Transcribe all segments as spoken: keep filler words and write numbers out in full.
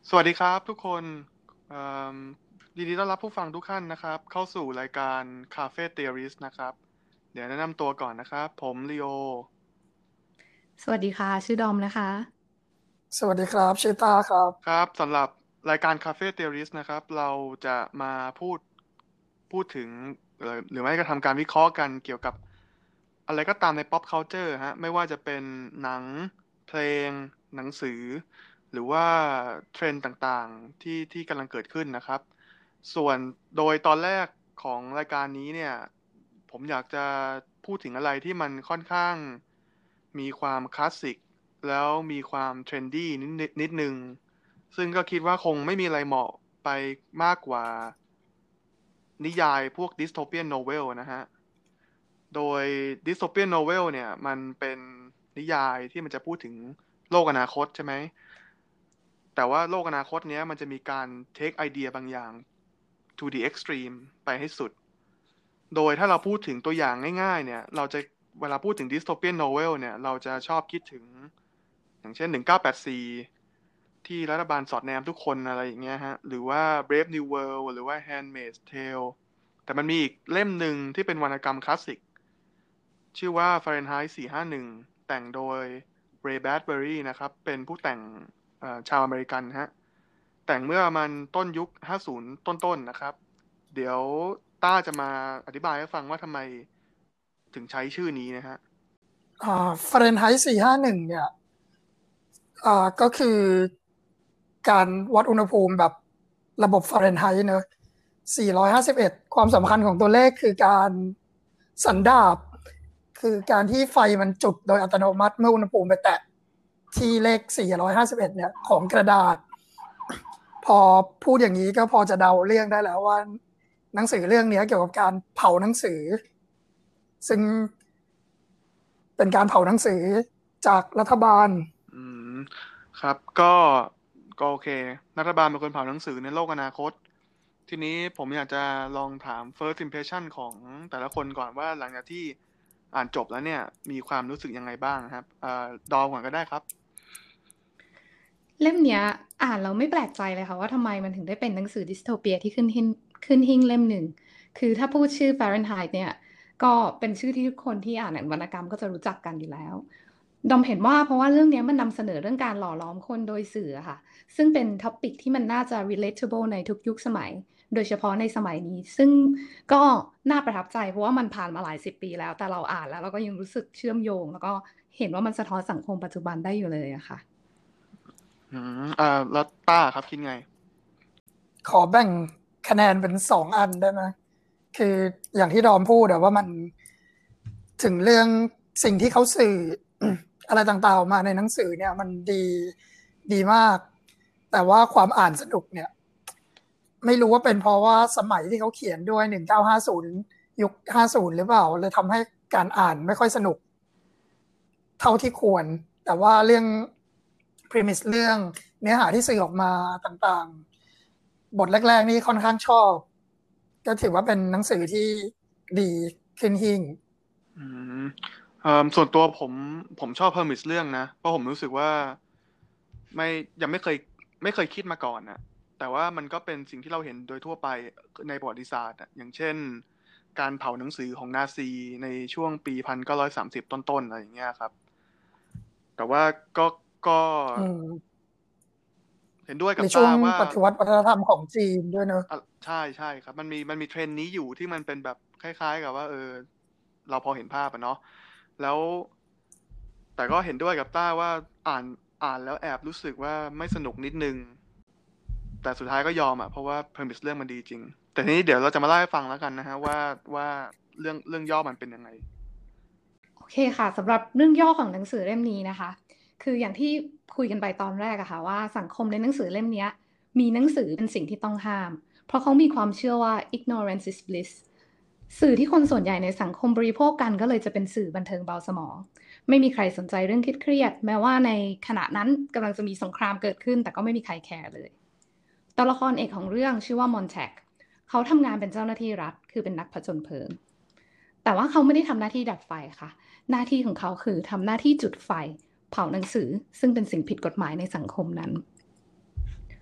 สวัสดีครับทุกคนเอ่อยินดีต้อนรับผู้ฟังทุกท่านนะครับเข้าสู่รายการ Cafe Theorist นะครับเดี๋ยวแนะนำตัวก่อนนะครับผมลีโอสวัสดีค่ะชื่อดอมนะคะสวัสดีครับชื่อตาครับครับสำหรับรายการ Cafe Theorist นะครับเราจะมาพูดพูดถึงเอ่อหรือไม่ก็ทำการวิเคราะห์กันเกี่ยวกับอะไรก็ตามใน pop culture ฮะไม่ว่าจะเป็นหนังเพลงหนังสือหรือว่าเทรนด์ต่างๆที่ที่กำลังเกิดขึ้นนะครับ ส่วนโดยตอนแรกของรายการนี้เนี่ยผมอยากจะพูดถึงอะไรที่มันค่อนข้างมีความคลาสสิกแล้วมีความเทรนดี้นิดนิดนิดนึงซึ่งก็คิดว่าคงไม่มีอะไรเหมาะไปมากกว่านิยายพวกดิสโทเปียนโนเวลนะฮะโดยดิสโทเปียนโนเวลเนี่ยมันเป็นนิยายที่มันจะพูดถึงโลกอนาคตใช่ไหมแต่ว่าโลกอนาคตเนี้ยมันจะมีการเทคไอเดียบางอย่าง to the extreme ไปให้สุด โดยถ้าเราพูดถึงตัวอย่างง่ายๆเนี่ยเราจะเวลาพูดถึง dystopian novel เนี่ยเราจะชอบคิดถึงอย่างเช่นหนึ่งเก้าแปดสี่ที่รัฐบาลสอดแนมทุกคนอะไรอย่างเงี้ยฮะหรือว่า Brave New World หรือว่า Handmaid's Tale แต่มันมีอีกเล่มหนึ่งที่เป็นวรรณกรรมคลาสสิกชื่อว่า Fahrenheit สี่ห้าหนึ่งแต่งโดย Ray Bradbury นะครับเป็นผู้แต่งเอ่อชาวอเมริกันฮะแต่งเมื่อมันต้นยุคห้าสิบต้นๆนะครับ เดี๋ยวต้าจะมาอธิบายให้ฟังว่าทำไมถึงใช้ชื่อนี้นะฮะอ่าฟาเรนไฮต์สี่ห้าหนึ่งเนี่ยอ่าก็คือการวัดอุณหภูมิแบบระบบฟาเรนไฮต์เนอะสี่ร้อยห้าสิบเอ็ดความสำคัญของตัวเลขคือการสันดาปคือการที่ไฟมันจุดโดยอัตโนมัติเมื่ออุณหภูมิไปแตะที่เลขสี่ร้อยห้าสิบเอ็ดเนี่ยของกระดาษพอพูดอย่างนี้ก็พอจะเดาเรื่องได้แล้วว่าหนังสือเรื่องนี้เกี่ยวกับการเผาหนังสือซึ่ง เป็นการเผาหนังสือจากรัฐบาลอืมครับก็ก็โอเครัฐบาลเป็นคนเผาหนังสือในโลกอนาคตทีนี้ผมอยากจะลองถาม first impression ของแต่ละคนก่อนว่าหลังจากที่อ่านจบแล้วเนี่ยมีความรู้สึกยังไงบ้างครับเอ่อดอมก่อนก็ได้ครับเล่มเนี้ยอ่านแล้วไม่แปลกใจเลยค่ะว่าทำไมมันถึงได้เป็นหนังสือดิสโทเปียที่ขึ้นหิ้งขึ้นหิ้งเล่มหนึ่งคือถ้าพูดชื่อ Fahrenheit เนี่ยก็เป็นชื่อที่ทุกคนที่อ่านวรรณกรรมก็จะรู้จักกันอยู่แล้วดอมเห็นว่าเพราะว่าเรื่องเนี้ยมันนำเสนอเรื่องการหล่อหลอมคนโดยสื่ออะค่ะซึ่งเป็นท็อปิกที่มันน่าจะ relatable ในทุกยุคสมัยโดยเฉพาะในสมัยนี้ซึ่งก็น่าประทับใจเพราะว่ามันผ่านมาหลายสิบปีแล้วแต่เราอ่านแล้วเราก็ยังรู้สึกเชื่อมโยงแล้วก็เห็นว่ามันสะท้อนสังคมปัจจุบันได้อยู่เลยอะค่ะอืมอ่าแล้วต้าครับคิดไงขอแบ่งคะแนนเป็นสองอันได้ไหมคืออย่างที่ดอมพูดว่ามันถึงเรื่องสิ่งที่เขาสื่อ อะไรต่างๆออกมาในหนังสือเนี่ยมันดีดีมาก แต่ว่าความอ่านสนุกเนี่ยไม่รู้ว่าเป็นเพราะว่าสมัยที่เขาเขียนด้วยหนึ่งเก้าห้าศูนย์ยุคห้าสิบหรือเปล่าเลยทำให้การอ่านไม่ค่อยสนุกเท่าที่ควรแต่ว่าเรื่อง premise เรื่องเนื้อหาที่สื่อออกมาต่างๆบทแรกๆนี่ค่อนข้างชอบก็ถือว่าเป็นหนังสือที่ดีขึ้นหิ่งอืมเอ่อส่วนตัวผมผมชอบเ e อร์มิสเรื่องนะเพราะผมรู้สึกว่าไม่ยังไม่เคยไม่เคยคิดมาก่อนนะแต่ว่ามันก็เป็นสิ่งที่เราเห็นโดยทั่วไปในประวัติศาสตร์อะอย่างเช่นการเผาหนังสือของนาซีในช่วงปีพันเก้าร้อยสามสิบต้นๆอะไรอย่างเงี้ยครับแต่ว่าก็ก็อืมเห็นด้วยกับในช่วงต้าว่าปฏิวัติวัฒนธรรมของจีนด้วยเนอะอ่ะใช่ใช่ครับมันมีมันมีเทรนด์นี้อยู่ที่มันเป็นแบบคล้ายๆกับว่าเออเราพอเห็นภาพอะเนาะแล้วแต่ก็เห็นด้วยกับต้าว่าอ่านอ่านแล้วแอบรู้สึกว่าไม่สนุกนิดนึงแต่สุดท้ายก็ยอมอ่ะเพราะว่าเพอร์มิสเรื่องมันดีจริงแต่ทีนี้เดี๋ยวเราจะมาเล่าให้ฟังแล้วกันนะฮะว่าว่าเรื่องเรื่องย่อมันเป็นยังไงโอเคค่ะสำหรับเรื่องย่อของหนังสือเล่มนี้นะคะคืออย่างที่คุยกันไปตอนแรกอะค่ะว่าสังคมในหนังสือเล่มนี้มีหนังสือเป็นสิ่งที่ต้องห้ามเพราะเขามีความเชื่อว่า ignorance is bliss สื่อที่คนส่วนใหญ่ในสังคมบริโภคกันก็เลยจะเป็นสื่อบันเทิงเบาสมองไม่มีใครสนใจเรื่องเครียดๆแม้ว่าในขณะนั้นกำลังจะมีสงครามเกิดขึ้นแต่ก็ไม่มีใครแคร์เลยตัวละครเอกของเรื่องชื่อว่ามอนแทคเขาทำงานเป็นเจ้าหน้าที่รัฐคือเป็นนักผจญเพลิงแต่ว่าเขาไม่ได้ทำหน้าที่ดับไฟค่ะ หน้าที่ของเขาคือทำหน้าที่จุดไฟเผาหนังสือซึ่งเป็นสิ่งผิดกฎหมายในสังคมนั้น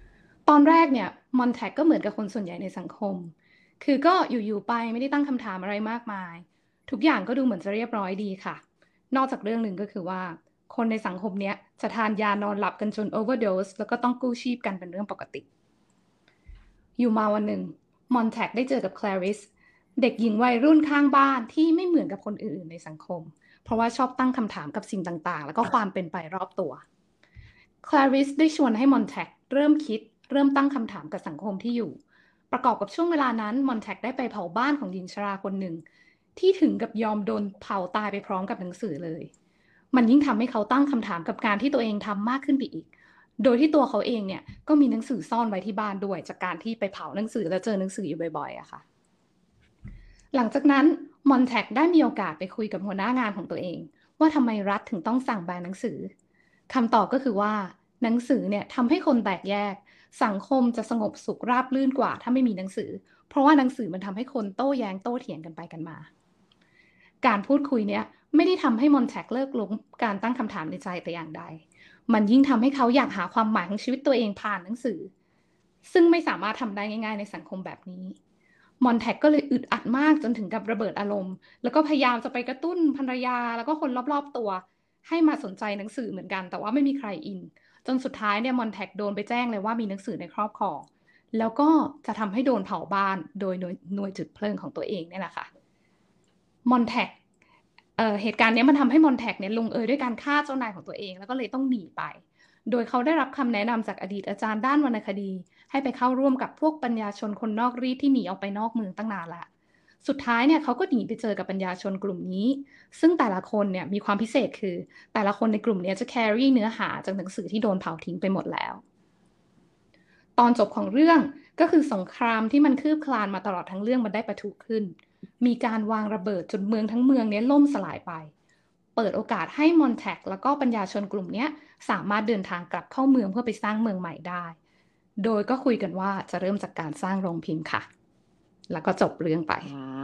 ตอนแรกเนี่ยมอนแทกก็เหมือนกับคนส่วนใหญ่ในสังคมคือก็อยู่ๆไปไม่ได้ตั้งคำถามอะไรมากมายทุกอย่างก็ดูเหมือนจะเรียบร้อยดีค่ะนอกจากเรื่องหนึ่งก็คือว่าคนในสังคมเนี้ยจะทานยานอนหลับกันจนโอเวอร์โดสแล้วก็ต้องกู้ชีพกันเป็นเรื่องปกติอยู่มาวันหนึ่งมอนแทกได้เจอกับแคลริสเด็กหญิงวัยรุ่นข้างบ้านที่ไม่เหมือนกับคนอื่นๆในสังคมเพราะว่าชอบตั้งคำถามกับสิ่งต่างๆแล้วก็ความเป็นไปรอบตัวแคลริสได้ชวนให้มอนแทกเริ่มคิดเริ่มตั้งคำถามกับสังคมที่อยู่ประกอบกับช่วงเวลานั้นมอนแทกได้ไปเผาบ้านของหญิงชราคนหนึ่งที่ถึงกับยอมโดนเผาตายไปพร้อมกับหนังสือเลยมันยิ่งทำให้เขาตั้งคำถามกับการที่ตัวเองทำมากขึ้นไปอีกโดยที่ตัวเขาเองเนี่ยก็มีหนังสือซ่อนไว้ที่บ้านด้วยจากการที่ไปเผาหนังสือแล้วเจอหนังสืออยู่บ่อยๆอะค่ะหลังจากนั้นมอนแทกได้มีโอกาสไปคุยกับหัวหน้างานของตัวเองว่าทำไมรัฐถึงต้องสั่งแบนหนังสือคำตอบก็คือว่าหนังสือเนี่ยทำให้คนแตกแยกสังคมจะสงบสุขราบรื่นกว่าถ้าไม่มีหนังสือเพราะว่าหนังสือมันทำให้คนโต้แย้งโต้เถียงกันไปกันมาการพูดคุยเนี่ยไม่ได้ทำให้มอนแทกเลิกล้มการตั้งคำถามในใจแต่อย่างใดมันยิ่งทำให้เขาอยากหาความหมายของชีวิตตัวเองผ่านหนังสือซึ่งไม่สามารถทำได้ง่ายๆในสังคมแบบนี้มอนแทกก็เลยอึดอัดมากจนถึงกับระเบิดอารมณ์แล้วก็พยายามจะไปกระตุ้นภรรยาแล้วก็คนรอบๆตัวให้มาสนใจหนังสือเหมือนกันแต่ว่าไม่มีใครอินจนสุดท้ายเนี่ยมอนแทกโดนไปแจ้งเลยว่ามีหนังสือในครอบครองแล้วก็จะทำให้โดนเผาบ้านโดยหน่วยหน่วยจุดเพลิงของตัวเองเนี่ยแหละค่ะมอนแทกเอ่อเหตุการณ์นี้มันทำให้มอนแทกเนี่ยลงเอยด้วยการฆ่าเจ้านายของตัวเองแล้วก็เลยต้องหนีไปโดยเขาได้รับคำแนะนำจากอดีตอาจารย์ด้านวรรณคดีให้ไปเข้าร่วมกับพวกปัญญาชนคนนอกรีดที่หนีออกไปนอกเมืองตั้งนานละสุดท้ายเนี่ยเขาก็หนีไปเจอกับปัญญาชนกลุ่มนี้ซึ่งแต่ละคนเนี่ยมีความพิเศษคือแต่ละคนในกลุ่มนี้จะแครี่เนื้อหาจากหนังสือที่โดนเผาทิ้งไปหมดแล้วตอนจบของเรื่องก็คือสงครามที่มันคืบคลานมาตลอดทั้งเรื่องมันได้ปะทุขึ้นมีการวางระเบิดจนเมืองทั้งเมืองนี้ล่มสลายไปเปิดโอกาสให้มอนแทกแล้วก็ปัญญาชนกลุ่มนี้สามารถเดินทางกลับเข้าเมืองเพื่อไปสร้างเมืองใหม่ได้โดยก็คุยกันว่าจะเริ่มจากการสร้างโรงพิมพ์ค่ะแล้วก็จบเรื่องไป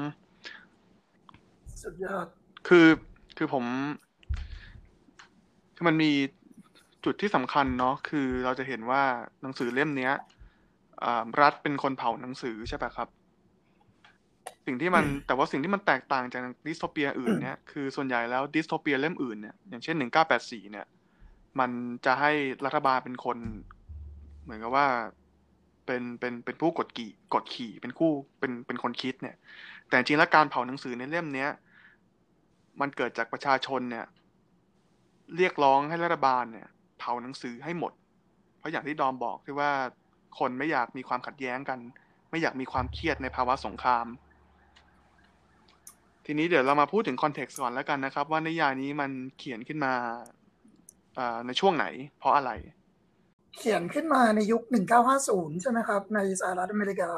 สุดยอดคือคือผมคือมันมีจุดที่สำคัญเนาะคือเราจะเห็นว่าหนังสือเล่มเนี้ยรัฐเป็นคนเผาหนังสือใช่ป่ะครับสิ่งที่มันแต่ว่าสิ่งที่มันแตกต่างจากดิสโทเปียอื่นเนี่ยคือส่วนใหญ่แล้วดิสโทเปียเล่มอื่นเนี่ยอย่างเช่นหนึ่งเก้าแปดสี่เนี่ยมันจะให้รัฐบาลเป็นคนเหมือนกับว่าเป็นเป็นเป็นผู้กดขี่กดขี่เป็นคู่เป็นเป็นคนคิดเนี่ยแต่จริงแล้วการเผาหนังสือในเล่มเนี้ยมันเกิดจากประชาชนเนี่ยเรียกร้องให้รัฐบาลเนี่ยเผาหนังสือให้หมดเพราะอย่างที่ดอมบอกที่ว่าคนไม่อยากมีความขัดแย้งกันไม่อยากมีความเครียดในภาวะสงครามทีนี้เดี๋ยวเรามาพูดถึงคอนเท็กซ์ก่อนแล้วกันนะครับว่านิยายนี้มันเขียนขึ้นมาในช่วงไหนเพราะอะไรเขียนขึ้นมาในยุคหนึ่งเก้าห้าศูนย์ใช่ไหมครับในสหรัฐอเมริกา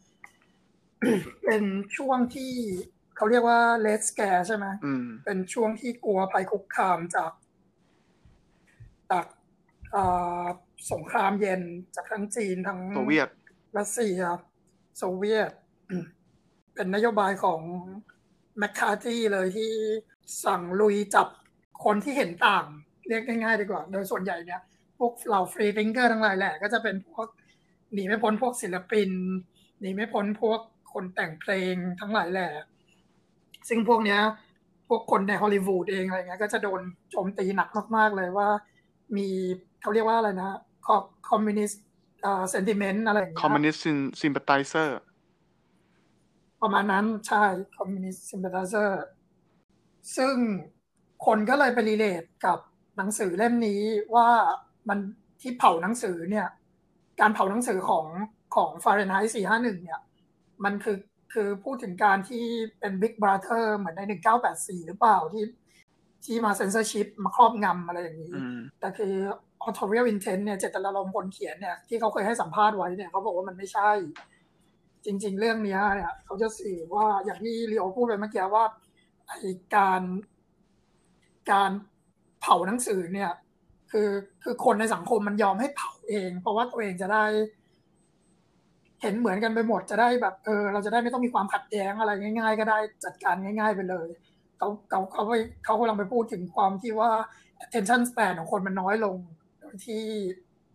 เป็นช่วงที่เขาเรียกว่าเลสแกร์ใช่ไหมเป็นช่วงที่กลัวภัยคุกคามจากจากสงครามเย็นจากทั้งจีนทั้งโซเวียตรัสเซียโซเวียตเป็นนโยบายของแมคคาร์ธีเลยที่สั่งลุยจับคนที่เห็นต่างเรียกง่ายๆดีกว่าโดยส่วนใหญ่เนี่ยพวกเหล่าฟรีทิงเกอร์ทั้งหลายแหละก็จะเป็นพวกหนีไม่พ้นพวกศิลปินหนีไม่พ้นพวกคนแต่งเพลงทั้งหลายแหละซึ่งพวกเนี้ยพวกคนในฮอลลีวูดเองอะไรเงี้ยก็จะโดนโจมตีหนักมากๆเลยว่ามีเขาเรียกว่าอะไรนะคอมมิวนิสต์อ่าเซนติเมนต์อะไรอย่างเงี้ยคอมมิวนิสต์ซิมพัตไทเซอร์ประมาณนั้นใช่คอมมิวนิสต์ซิมพัตไทเซอร์ซึ่งคนก็เลยไปรีเลทกับหนังสือเล่มนี้ว่ามันที่เผาหนังสือเนี่ยการเผาหนังสือของของฟาเรนไฮต์สี่ห้าหนึ่งเนี่ยมันคือคือพูดถึงการที่เป็นบิ๊กบราเธอร์เหมือนในหนึ่งเก้าแปดสี่หรือเปล่าที่ที่มาเซนเซอร์ชิพมาครอบงำอะไรอย่างนี้แต่คือ authorial intent เนี่ยเจตนารมณ์คนเขียนเนี่ยที่เขาเคยให้สัมภาษณ์ไว้เนี่ยเขาบอกว่ามันไม่ใช่จริงๆเรื่องนี้เนี่ยเขาจะสื่อว่าอย่างที่ลีโอพูดไปเมื่อกี้ว่าไอ้การการเผาหนังสือเนี่ยคือคือคนในสังคมมันยอมให้เผาเองเพราะว่าตัวเองจะได้เห็นเหมือนกันไปหมดจะได้แบบเออเราจะได้ไม่ต้องมีความขัดแย้งอะไรง่ายๆก็ได้จัดการง่ายๆไปเลยเขาเขาเขาไปเขากำลังไปพูดถึงความที่ว่า attention span ของคนมันน้อยลงโดยที่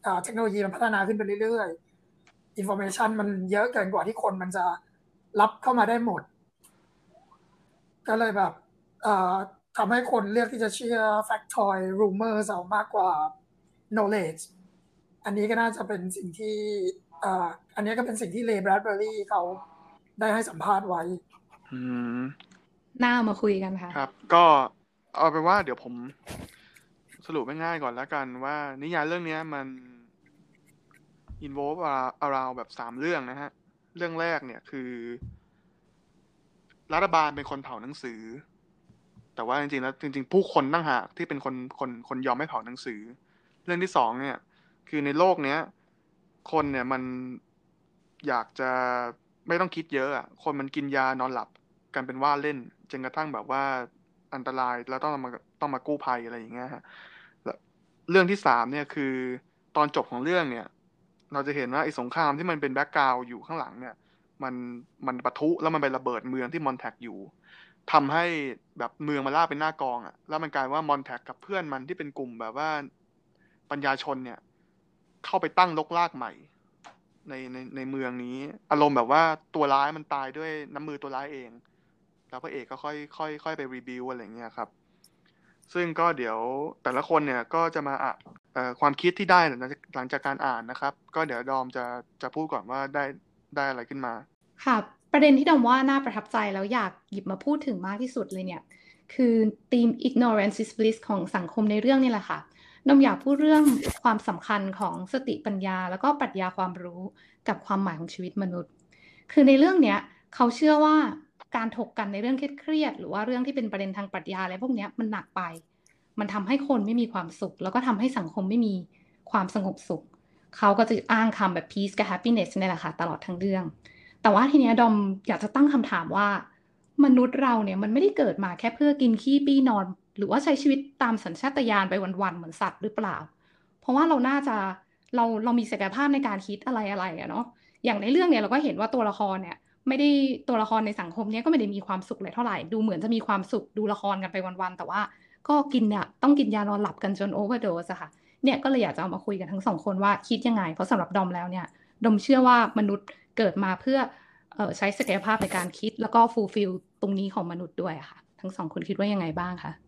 อ่าเทคโนโลยีมันพัฒนาขึ้นไปเรื่อยๆอินโฟเมชันมันเยอะเกินกว่าที่คนมันจะรับเข้ามาได้หมดก็เลยแบบเอ่อทำให้คนเลือกที่จะเชื่อ factoid rumors เอามากกว่า knowledge อันนี้ก็น่าจะเป็นสิ่งที่เอ่ออันนี้ก็เป็นสิ่งที่เลย์แบรดเบอรี่เขาได้ให้สัมภาษณ์ไว้อืมหน้ามาคุยกันค่ะครับ ก็เอาเป็นว่าเดี๋ยวผมสรุปง่ายๆก่อนแล้วกันว่านิยายเรื่องนี้มัน involve around แบบสามเรื่องนะฮะ เรื่องแรกเนี่ยคือรัฐบาลเป็นคนเผาหนังสือ แต่ว่าจริงๆแล้วจริงๆผู้คนตั้งหากที่เป็นคนคนคนยอมไม่เผาหนังสือ เรื่องที่สองเนี่ยคือในโลกเนี้ยคนเนี่ยมันอยากจะไม่ต้องคิดเยอะอ่ะคนมันกินยานอนหลับกันเป็นว่าเล่นจนกระทั่งแบบว่าอันตรายแล้วต้องมาต้องมากู้ภัยอะไรอย่างเงี้ยฮะแล้วเรื่องที่สามเนี่ยคือตอนจบของเรื่องเนี่ยเราจะเห็นว่าไอ้สงครามที่มันเป็นแบ็กกราวด์อยู่ข้างหลังเนี่ยมันมันปะทุแล้วมันไประเบิดเมืองที่มอนแทคอยู่ทำให้แบบเมืองมันล่าเป็นหน้ากองอ่ะแล้วมันกลายว่ามอนแทคกับเพื่อนมันที่เป็นกลุ่มแบบว่าปัญญาชนเนี่ยเข้าไปตั้งรกรากใหม่ในในในเมืองนี้อารมณ์แบบว่าตัวร้ายมันตายด้วยน้ำมือตัวร้ายเองแล้วพระเอกก็ค่อยค่อยค่อยไปรีบิวอะไรอย่างเงี้ยครับซึ่งก็เดี๋ยวแต่ละคนเนี่ยก็จะมาอ่ะเอ่อความคิดที่ได้หลังจากหลังจากการอ่านนะครับก็เดี๋ยวดอมจะจะพูดก่อนว่าได้ได้อะไรขึ้นมาค่ะประเด็นที่ดอมว่าน่าประทับใจแล้วอยากหยิบมาพูดถึงมากที่สุดเลยเนี่ยคือธีม ignorance is bliss ของสังคมในเรื่องนี่แหละค่ะดอมอยากพูดเรื่องความสำคัญของสติปัญญาแล้วก็ปรัชญาความรู้กับความหมายของชีวิตมนุษย์คือในเรื่องเนี้ยเขาเชื่อว่าการถกกันในเรื่องเครียดๆหรือว่าเรื่องที่เป็นประเด็นทางปรัชญาอะไรพวกเนี้ยมันหนักไปมันทำให้คนไม่มีความสุขแล้วก็ทำให้สังคมไม่มีความสงบสุขเขาก็จะอ้างคำแบบ peace กับ happiness นี่แหละค่ะตลอดทั้งเรื่อง แต่ว่าทีเนี้ยดอมอยากจะตั้งคำถามว่ามนุษย์เราเนี่ยมันไม่ได้เกิดมาแค่เพื่อกินขี้ปี้นอนหรือว่าใช้ชีวิตตามสัญชาตญาณไปวันๆเหมือนสัตว์หรือเปล่าเพราะว่าเราน่าจะเราเรามีศักยภาพในการคิดอะไรอะไรอะเนาะอย่างในเรื่องเนี่ยเราก็เห็นว่าตัวละครเนี่ยไม่ได้ตัวละครในสังคมเนี้ยก็ไม่ได้มีความสุขเลยเท่าไหร่ดูเหมือนจะมีความสุขดูละครกันไปวันๆแต่ว่าก็กินเนี่ยต้องกินยานอนหลับกันจนโอเวอร์โดสอะค่ะเนี่ยก็เลยอยากจะเอามาคุยกันทั้งสองคนว่าคิดยังไงเพราะสำหรับดอมแล้วเนี่ยดอมเชื่อว่ามนุษย์เกิดมาเพื่อ เอ่อใช้ศักยภาพในการคิดแล้วก็ fulfill ตรงนี้ของมนุษย์ด้วยค่ะทั้งสองคนคิดว่ายังไงบ้างคะ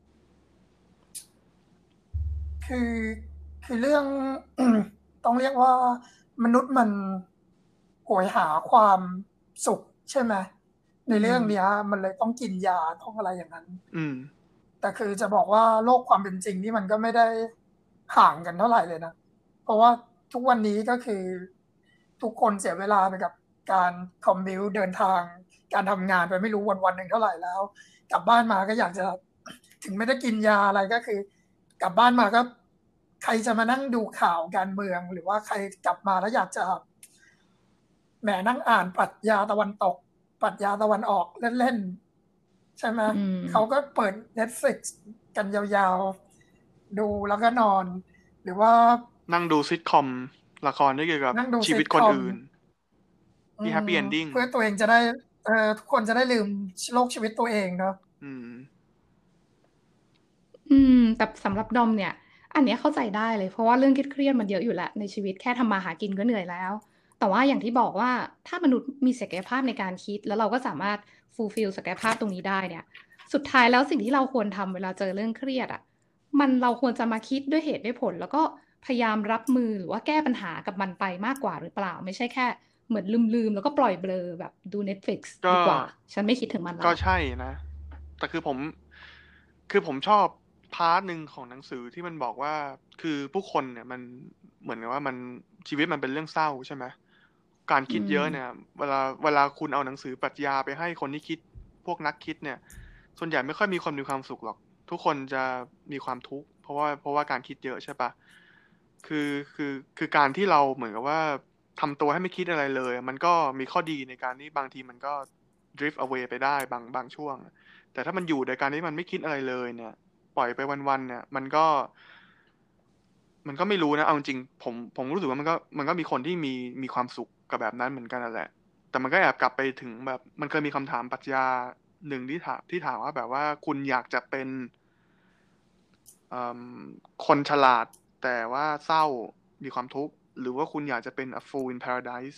คือคือเรื่อง ต้องเรียกว่ามนุษย์มันโหยหาความสุขใช่ไหมในเรื่องเนี้ยมันเลยต้องกินยาต้องอะไรอย่างนั้นอืมแต่คือจะบอกว่าโลกความเป็นจริงนี่มันก็ไม่ได้ห่างกันเท่าไหร่เลยนะ เพราะว่าทุกวันนี้ก็คือทุกคนเสียเวลาไปกับการคอมมิวเดินทางการทำงานไปไม่รู้วันวันหนึ่งเท่าไหร่แล้ว กลับบ้านมาก็อยากจะถึงไม่ได้กินยาอะไรก็คือ กลับบ้านมาก็ใครจะมานั่งดูข่าวการเมือง หรือว่าใครกลับมาแล้วอยากจะแหมนั่งอ่านปรัชญาตะวันตกปรัชญาตะวันออกเล่นๆใช่ไหมเขาก็เปิด Netflix กันยาวๆดูแล้วก็นอน หรือว่านั่งดูซิทคอมละครที่เกี่ยวกับนั่งดูชีวิตซิทคอมคนอื่นที่แฮปปี้เอนดิ้งเพื่อตัวเองจะได้เอ่อทุกคนจะได้ลืมโลกชีวิตตัวเองเนาะอืมอืมแต่สำหรับดอมเนี่ยอันเนี้ยเข้าใจได้เลยเพราะว่าเรื่องเครียดๆมันเยอะอยู่แล้วในชีวิตแค่ทำมาหากินก็เหนื่อยแล้วแต่ว่าอย่างที่บอกว่าถ้ามนุษย์มีศักยภาพในการคิดแล้วเราก็สามารถ fulfill ศักยภาพตรงนี้ได้เนี่ยสุดท้ายแล้วสิ่งที่เราควรทำเวลาเจอเรื่องเครียดอ่ะมันเราควรจะมาคิดด้วยเหตุด้วยผลแล้วก็พยายามรับมือหรือว่าแก้ปัญหากับมันไปมากกว่าหรือเปล่าไม่ใช่แค่เหมือนลืมๆแล้วก็ปล่อยเบลอแบบดู Netflix ก็ดีกว่าฉันไม่คิดถึงมันแล้วก็ใช่นะ แต่คือผมคือผมชอบพาร์ทหนึ่งของหนังสือที่มันบอกว่าคือผู้คนเนี่ยมันเหมือนกับว่ามันชีวิตมันเป็นเรื่องเศร้าใช่ไหมการอืคิดเยอะเนี่ยมเวลาเวลาคุณเอาหนังสือปรัชญาไปให้คนที่คิดพวกนักคิดเนี่ยส่วนใหญ่ไม่ค่อยมีคนมีความสุขหรอกทุกคนจะมีความทุกข์เพราะว่าเพราะว่าการคิดเยอะใช่ปะคือคือคือการที่เราเหมือนกับว่าทำตัวให้ไม่คิดอะไรเลยมันก็มีข้อดีในการที่บางทีมันก็ drift away ไปได้บางบางช่วง แต่ถ้ามันอยู่โดยการที่มันไม่คิดอะไรเลยเนี่ยปล่อยไปวันๆเนี่ยมันก็มันก็ไม่รู้นะเอาจริงผมผมรู้สึกว่ามันก็มันก็มีคนที่มีมีความสุขกับแบบนั้นเหมือนกันนั่นแหละแต่มันก็แอบกลับไปถึงแบบมันเคยมีคำถามปรัชญาหนึ่งที่ถามที่ถามว่าแบบว่าคุณอยากจะเป็นคนฉลาดแต่ว่าเศร้ามีความทุกข์หรือว่าคุณอยากจะเป็น a fool in paradise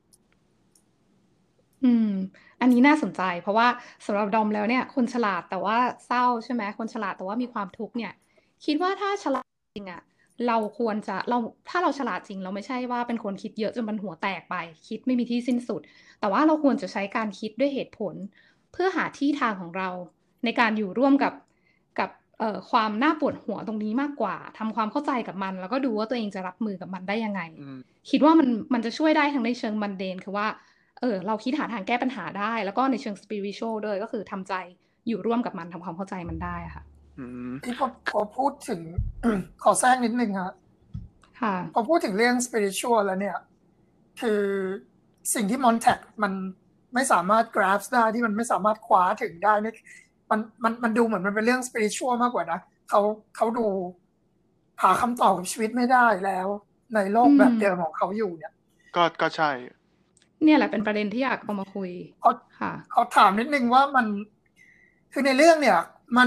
อืมอันนี้น่าสนใจเพราะว่าสำหรับดอมแล้วเนี่ยคนฉลาดแต่ว่าเศร้าใช่ไหมคนฉลาดแต่ว่ามีความทุกข์เนี่ยคิดว่าถ้าฉลาดจริงอ่ะเราควรจะเราถ้าเราฉลาดจริงเราไม่ใช่ว่าเป็นคนคิดเยอะจนมันหัวแตกไปคิดไม่มีที่สิ้นสุดแต่ว่าเราควรจะใช้การคิดด้วยเหตุผลเพื่อหาที่ทางของเราในการอยู่ร่วมกับกับเอ่อความน่าปวดหัวตรงนี้มากกว่าทำความเข้าใจกับมันแล้วก็ดูว่าตัวเองจะรับมือกับมันได้ยังไงอืมคิดว่ามันมันจะช่วยได้ทั้งในเชิงมันเดนคือว่า เออเราคิดหาทางแก้ปัญหาได้แล้วก็ในเชิงสปิริชวลด้วยก็คือทำใจอยู่ร่วมกับมันทำความเข้าใจมันได้ค่ะอืมที่พอพอพูดถึง ขอแทรกนิดนึงครับค่ะพอพูดถึงเรื่อง spiritual แล้วเนี่ยคือสิ่งที่ Montag มันไม่สามารถ grasp ได้ที่มันไม่สามารถคว้าถึงได้นี่มันมันมันดูเหมือนมันเป็นเรื่อง spiritual มากกว่านะเขาเขาดูหาคำตอบกับชีวิตไม่ได้แล้ว ในโลกแบบเดิมของเขาอยู่เนี่ยก็ก็ใช่เนี่ยแหละเป็นประเด็นที่อยากเอามาคุยเขาค่ะเขาถามนิดนึงว่ามันคือในเรื่องเนี่ย มัน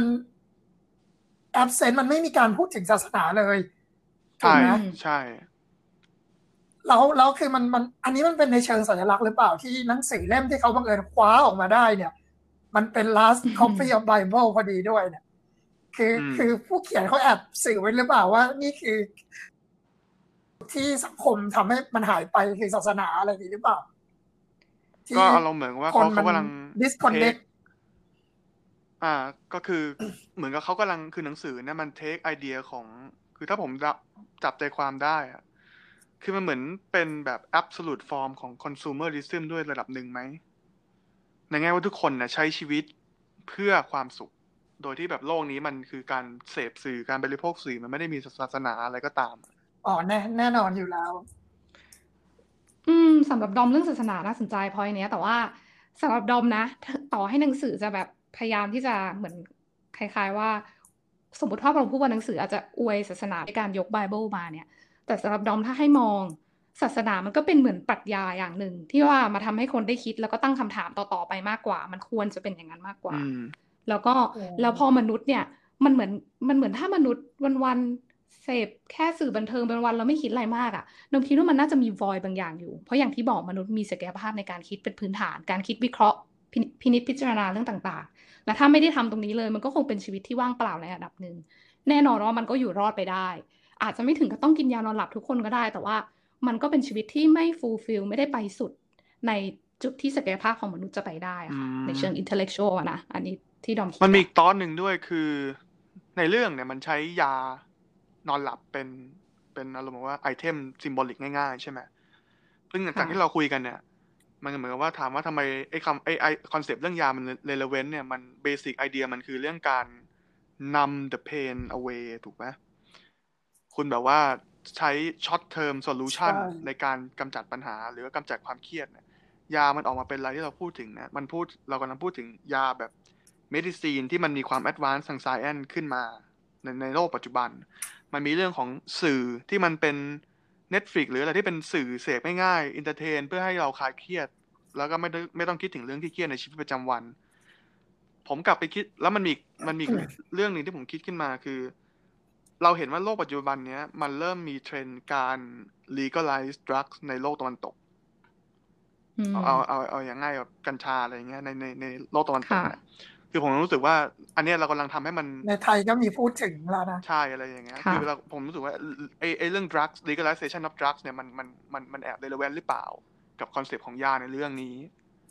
absent มันไม่มีการพูดถึงศาสนาเลยถูกใช่ไหมใช่แล้วแล้วคือมันมันอันนี้มันเป็นในเชิงสัญลักษณ์หรือเปล่าที่หนังสือเล่มที่เขาบังเอิญคว้าออกมาได้เนี่ย มันเป็น last อืม copy of Bible พอดีด้วยเนี่ย คืออืมคือผู้เขียนเขาแอบสื่อไว้หรือเปล่าว่านี่คือ ที่สังคมทำให้มันหายไปคือศาสนาอะไรนี้หรือเปล่าก็ที่อารมณ์เหมือนว่าคเขานมัเขานกำลัง disconnect take อ่าก็คือเหมือนกับเขากำลังคือหนังสือเนี่ยมันเทคไอเดียของคือถ้าผมจับจับใจความได้อะคือมันเหมือนเป็นแบบ absolute form ของ consumerism ด้วยระดับหนึ่งไหมในแง่ว่าทุกคนเนี่ยใช้ชีวิตเพื่อความสุข โดยที่แบบโลกนี้มันคือการเสพสื่อการบริโภคสื่อมันไม่ได้มีศาสนาอะไรก็ตามอ๋อแน่แน่นอนอยู่แล้วอืมสำหรับดอมเรื่องศาสนาน่าสนใจพอยเนี้ยแต่ว่าสำหรับดอมนะต่อให้หนังสือจะแบบพยายามที่จะเหมือนคล้ายๆว่า สมมติว่าเราพูดว่าหนังสืออาจจะอวยศาสนาในการยกไบเบิลมาเนี่ยแต่สำหรับดอมถ้าให้มองศาสนามันก็เป็นเหมือนปรัชญาอย่างหนึ่งที่ว่ามาทำให้คนได้คิดแล้วก็ตั้งคำถามต่อๆไปมากกว่า มันควรจะเป็นอย่างนั้นมากกว่าอืมแล้วก็แล้วพอมนุษย์เนี่ยมันเหมือนมันเหมือนถ้ามนุษย์วันๆเสพแค่สื่อบันเทิงเป็นวันเราไม่คิดอะไรมากอ่ะนมคิดว่ามันน่าจะมี void บางอย่างอยู่เพราะอย่างที่บอกมนุษย์มีศักยภาพในการคิดเป็นพื้นฐานการคิดวิเคราะห์พินิพินิจพิจารณาเรื่องต่างๆ และถ้าไม่ได้ทำตรงนี้เลยมันก็คงเป็นชีวิตที่ว่างเปล่าในระดับหนึ่งแน่นอนว่ามันก็อยู่รอดไปได้ อาจจะไม่ถึงกับต้องกินยานอนหลับทุกคนก็ได้ แต่ว่ามันก็เป็นชีวิตที่ไม่ fulfill ไม่ได้ไปสุดในจุดที่ศักยภาพของมนุษย์จะไปได้อะค่ะอืมในเชิง intellectual อะนะอันนี้ที่ดอมคิดมันมีอะอีกตอนหนึ่งด้วยคือในเรื่องเนี่ยมันใช้ยานอนหลับเป็นเป็นอารมณ์ว่าไอเทมซิมโบลิกง่ายๆใช่ไหมซึ่งจากค่ะที่เราคุยกันเนี่ยมันเหมือนกับว่าถามว่าทำไมไอ้คำไอ้ไอคอนเซปต์เรื่องยามัน relevant เนี่ยมันเบสิกไอเดียมันคือเรื่องการ numb the pain away ถูกไหมคุณแบบว่าใช้ short term ใช่ solution ในการกำจัดปัญหาหรือว่ากำจัดความเครียดเนี่ยยามันออกมาเป็นอะไรที่เราพูดถึงนะมันพูดเรากำลังพูดถึงยาแบบเมดิซีนที่มันมีความแอดวานซ์ทางไซเอนซ์ขึ้นมาในในโลกปัจจุบัน มันมีเรื่องของสื่อที่มันเป็น Netflix หรืออะไรที่เป็นสื่อเสพง่ายๆอินเตอร์เทนเพื่อให้เราคลายเครียด แล้วก็ไม่ได้ไม่ต้องคิดถึงเรื่องที่เครียดในชีวิตประจำวัน ผมกลับไปคิดแล้วมันมีมันมีเรื่องหนึ่งที่ผมคิดขึ้นมาคือ เราเห็นว่าโลกปัจจุบันเนี้ยมันเริ่มมีเทรนด์การ legalize drugs ในโลกตะวันตกอืมเอาเอาเอาเอาอย่างง่ายแบบกัญชาอะไรอย่างเงี้ยในในในโลกตะวันตกค่ะเนี่ยคือผมรู้สึกว่า อันเนี้ยเรากำลังทำให้มันในไทยก็มีพูดถึงแล้วนะใช่อะไรอย่างเงี้ยค่ะคือเราผมรู้สึกว่าไอ้ไอ้เรื่อง drugs legalization of drugs เนี่ยมันมันมันมันแอบ relevant หรือเปล่า กับคอนเซปต์ของยาในเรื่องนี้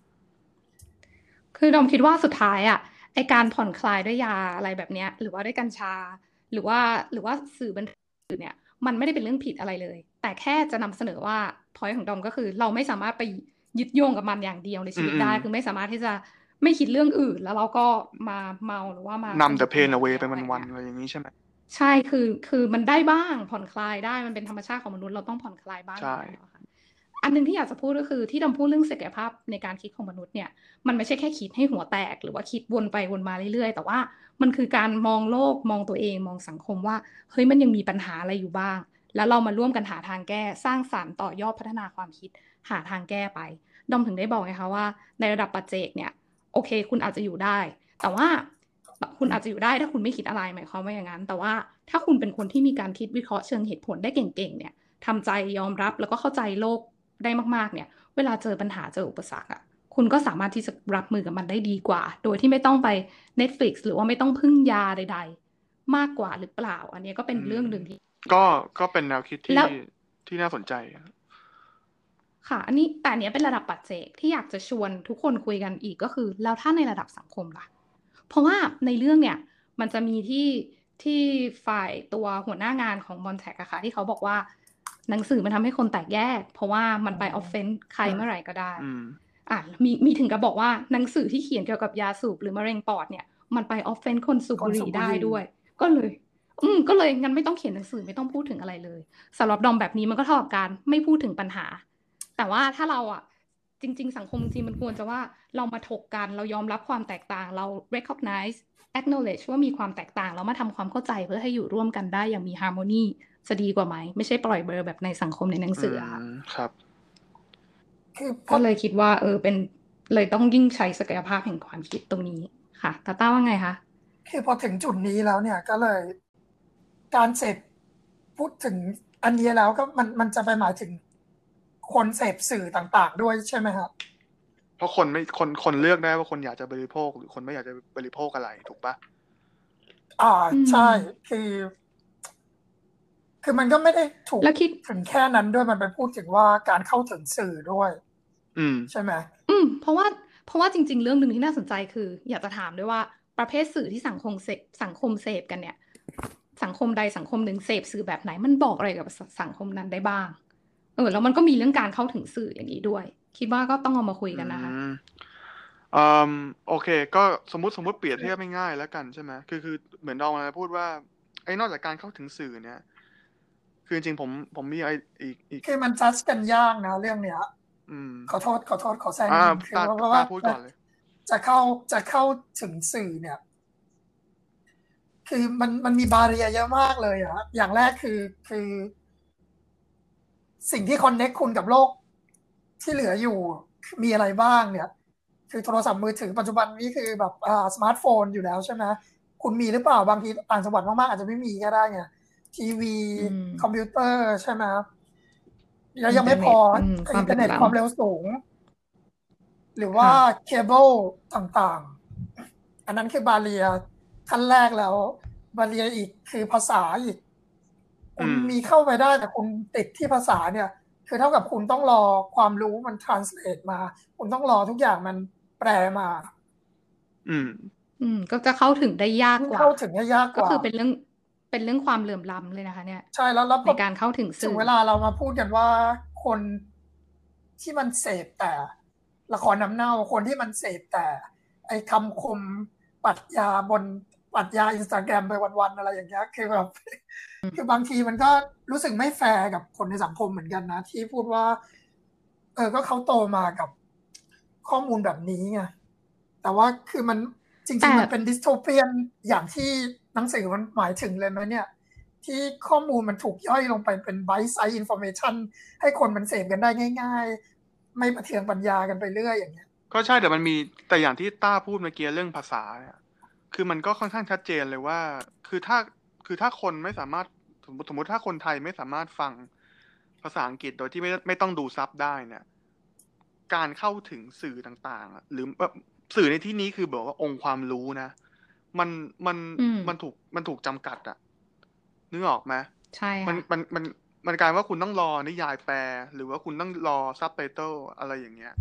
คือดอมคิดว่าสุดท้ายอ่ะไอการผ่อนคลายด้วยยาอะไรแบบเนี้ยหรือว่าด้วยกัญชา หรือว่าหรือว่าสื่อบันเทิงเนี่ยมันไม่ได้เป็นเรื่องผิดอะไรเลย แต่แค่จะนำเสนอว่า point ของดอมก็คือ เราไม่สามารถไปยึดโยงกับมันอย่างเดียวในชีวิตได้อืมๆคือไม่สามารถที่จะไม่คิดเรื่องอื่น แล้วเราก็มาเมาหรือว่ามาส numb นุ the กกับ pain มันอย่าง away เดียวไปอะไรวันเงี้ยๆอะไรอย่างนี้ใช่ไหมใช่ คือ คือมันได้บ้าง ผ่อนคลายได้ มันเป็นธรรมชาติของมนุษย์ เราต้องผ่อนคลายบ้างอใช่ยู่แล้วอะค่ะ อันหนึงที่อยากจะพูดก็คือที่ดอมพูดเรื่องศักยภาพในการคิดของมนุษย์เนี่ย มันไม่ใช่แค่คิดให้หัวแตก หรือว่าคิดวนไปวนมาเรื่อยๆ แต่ว่ามันคือการมองโลก มองตัวเอง มองสังคมว่า เฮ้ย มันยังมีปัญหาอะไรอยู่บ้าง แล้วเรามาร่วมกันหาทางแก้ สร้างสรรค์ต่อยอดพัฒนาความคิด หาทางแก้ไป ดอมถึงได้บอกไงคะว่า ในระดับปัจเจกเนี่ย โอเค คุณอาจจะอยู่ได้ แต่ว่าคุณอาจจะอยู่ได้ถ้าคุณไม่คิดอะไรหมายความว่าอย่างนั้น แต่ว่าถ้าคุณเป็นคนที่มีการคิดวิเคราะห์เชิงเหตุผลได้เก่งๆเนี่ยทำใจยอมรับแล้วก็เข้าใจโลกได้มากๆเนี่ยเวลาเจอปัญหาเจออุปสรรคอะคุณก็สามารถที่จะรับมือกับมันได้ดีกว่าโดยที่ไม่ต้องไป Netflix หรือว่าไม่ต้องพึ่งยาใดๆมากกว่าหรือเปล่าอันนี้ก็เป็นเรื่องหนึ่งที่ก็ก็เป็นแนวคิดแล้ที่วที่น่าสนใจค่ะ อันนี้แต่อันเนี้ยเป็นระดับปัจเจกที่อยากจะชวนทุกคนคุยกันอีกก็คือแล้วถ้าในระดับสังคมล่ะ เพราะว่าในเรื่องเนี่ยมันจะมีที่ที่ฝ่ายตัวหัวหน้างานของบอนแท็กอะค่ะที่เขาบอกว่าหนังสือมันทำให้คนแตกแยก เพราะว่ามันไปออฟเฟนใครเมื่อไหร่ก็ได้อืมอ่ะมีมีถึงกับบอกว่าหนังสือที่เขียนเกี่ยวกับยาสูบหรือมะเร็งปอดเนี่ยมันไปออฟเฟนคนสูบคบุนหสูรี่บบุได้หรี่ด้วย ก็เลย อืมก็เลยงั้นไม่ต้องเขียนหนังสือไม่ต้องพูดถึงอะไรเลยสำหรับดอมแบบนี้มันก็เท่ากับการไม่พูดถึงปัญหา แต่ว่าถ้าเราอ่ะจริง ๆ สังคมจริงๆมันควรจะว่าเรามาถกกันเรายอมรับความแตกต่างเรา recognize acknowledge ว่ามีความแตกต่างแล้วมาทำความเข้าใจเพื่อให้อยู่ร่วมกันได้อย่างมี harmony จะดีกว่าไหมไม่ใช่ปล่อยเบลอแบบในสังคมในหนังสืออะค่ะอืมครับคือพก็อเลยคิดว่าเออเป็นเลยต้องยิ่งใช้ศักยภาพแห่งความคิดตรงนี้ค่ะตาต้าว่าไงคะคือพอถึงจุดนี้แล้วเนี่ยก็เลยการเสพพูดถึงอันนี้แล้วก็มันมันจะไปหมายถึงคนเสพสื่อต่างๆ ด้วยใช่ไหมครับเพราะคนไม่คนคนเลือกได้ว่าคนอยากจะบริโภคหรือคนไม่อยากจะบริโภคอะไรถูกปะอ่าอืมใช่คือ คือมันก็ไม่ได้ถูกแล้วคิดถึงแค่นั้นด้วยมันไปพูดถึงว่าการเข้าถึงสื่อด้วยอืมใช่ไหมอืมเพราะว่าเพราะว่าจริง ๆ เรื่องหนึ่งที่น่าสนใจคือ อยากจะถามด้วยว่าประเภทสื่อที่สังคมเสพสังคมเสพกันเนี่ย สังคมใดสังคมหนึ่งเสพสื่อแบบไหนมันบอกอะไรกับสสังคมนั้นได้บ้าง เออแล้วมันก็มีเรื่องการเข้าถึงสื่ออย่างนี้ด้วย คิดว่าก็ต้องเอามาคุยกันนะคะอืมอืมโอเค ก็สมมุติสมมุติเปรียบเทียบง่ายๆแล้วกันใช่ไหมคือคือเหมือนดองนะพูดว่าไอ้นอกจากการเข้าถึงสื่อเนี่ย คือจริงๆผมผมมีไออีกอีกคือมันจัดกันยากนะเรื่องเนี้ยอืมขอโทษขอโทษขอแซงอ่านิดนึงคือตาเพราะตาว่าพูดก่อนเลยจะเข้าจะเข้าถึงสื่อเนี่ย คือมันมันมีบาเรียเยอะมากเลยอะอย่างแรกคือคือ สิ่งที่คอนเนคคุณกับโลกที่เหลืออยู่มีอะไรบ้างเนี่ย คือโทรศัพท์มือถือปัจจุบันนี้คือแบบอ่าสมาร์ทโฟนอยู่แล้วใช่ไหมคุณมีหรือเปล่าบางทีต่างจังหวัดมากๆอาจจะไม่มีก็ได้ไงทีวีอืมคอมพิวเตอร์ใช่ไหมแล้วยังไม่พออินเทอร์เน็ตอืมความอินเทอร์เน็ตเหลื่อมล้ำความเร็วสูง หรือว่าค่ะเคเบิลต่างๆ อันนั้นคือบาเรียขั้นแรกแล้ว บาเรียอีกคือภาษาอีก คุณอืมมีเข้าไปได้แต่คุณติดที่ภาษาเนี่ย คือเท่ากับคุณต้องรอความรู้มัน translate มา คุณต้องรอทุกอย่างมันแปลมาอืมอืมก็จะเข้าถึงได้ยากยิ่งกว่าเข้าถึงได้ยากกก็ว่าคือเป็นเรื่องเป็นเรื่องความเหลื่อมล้ำเลยนะคะ เนี่ยใช่แล้วแล้วพในอการเข้าถึงถึสื่งอเวลาเรามาพูดกันว่าคนที่มันเสพแต่ละครน้ำเน่าคนที่มันเสพแต่ ไอ้คำคมปรัชญาบนปรัชญาอินสตาแกรมไปวันๆอะไรอย่างเงี้ยคือแบบ คือบางทีมันก็รู้สึกไม่แฟร์กับคนในสังคมเหมือนกันนะ ที่พูดว่า เออก็เขาโตมากับข้อมูลแบบนี้ไงแต่ว่าคือมันจแต่ริง ๆ มันเป็นดิสโทเปียนอย่างที่หนังสือมันหมายถึงเลยไหมเนี่ย ที่ข้อมูลมันถูกย่อยลงไปเป็นไบต์ไซส์อินฟอร์เมชันให้คนมันเสพกันได้ง่าย ๆ ไม่ประเทืองปัญญากันไปเรื่อยอย่างเงี้ยก็ใช่แต่มันมีแต่อย่างที่ต้าพูดเมื่อกี้เรื่องภาษาเนี่ยคือมันก็ค่อนข้างชัดเจนเลยว่า คือถ้าคือถ้าคนไม่สามารถสมมติสมมติถ้าคนไทยไม่สามารถฟังภาษาอังกฤษโดยที่ไม่ไม่ต้องดูซับได้เนี่ย การเข้าถึงสื่อต่างๆอะหรือแบบสื่อในที่นี้คือแบบว่าองค์ความรู้นะ มันมันอืมมันถูกมันถูกจำกัดอะนึกออกไหมใช่มันค่ะมันมันมันกลายว่าคุณต้องรอนิยายแปล หรือว่าคุณต้องรอซับไตเติลอะไรอย่างเงี้ย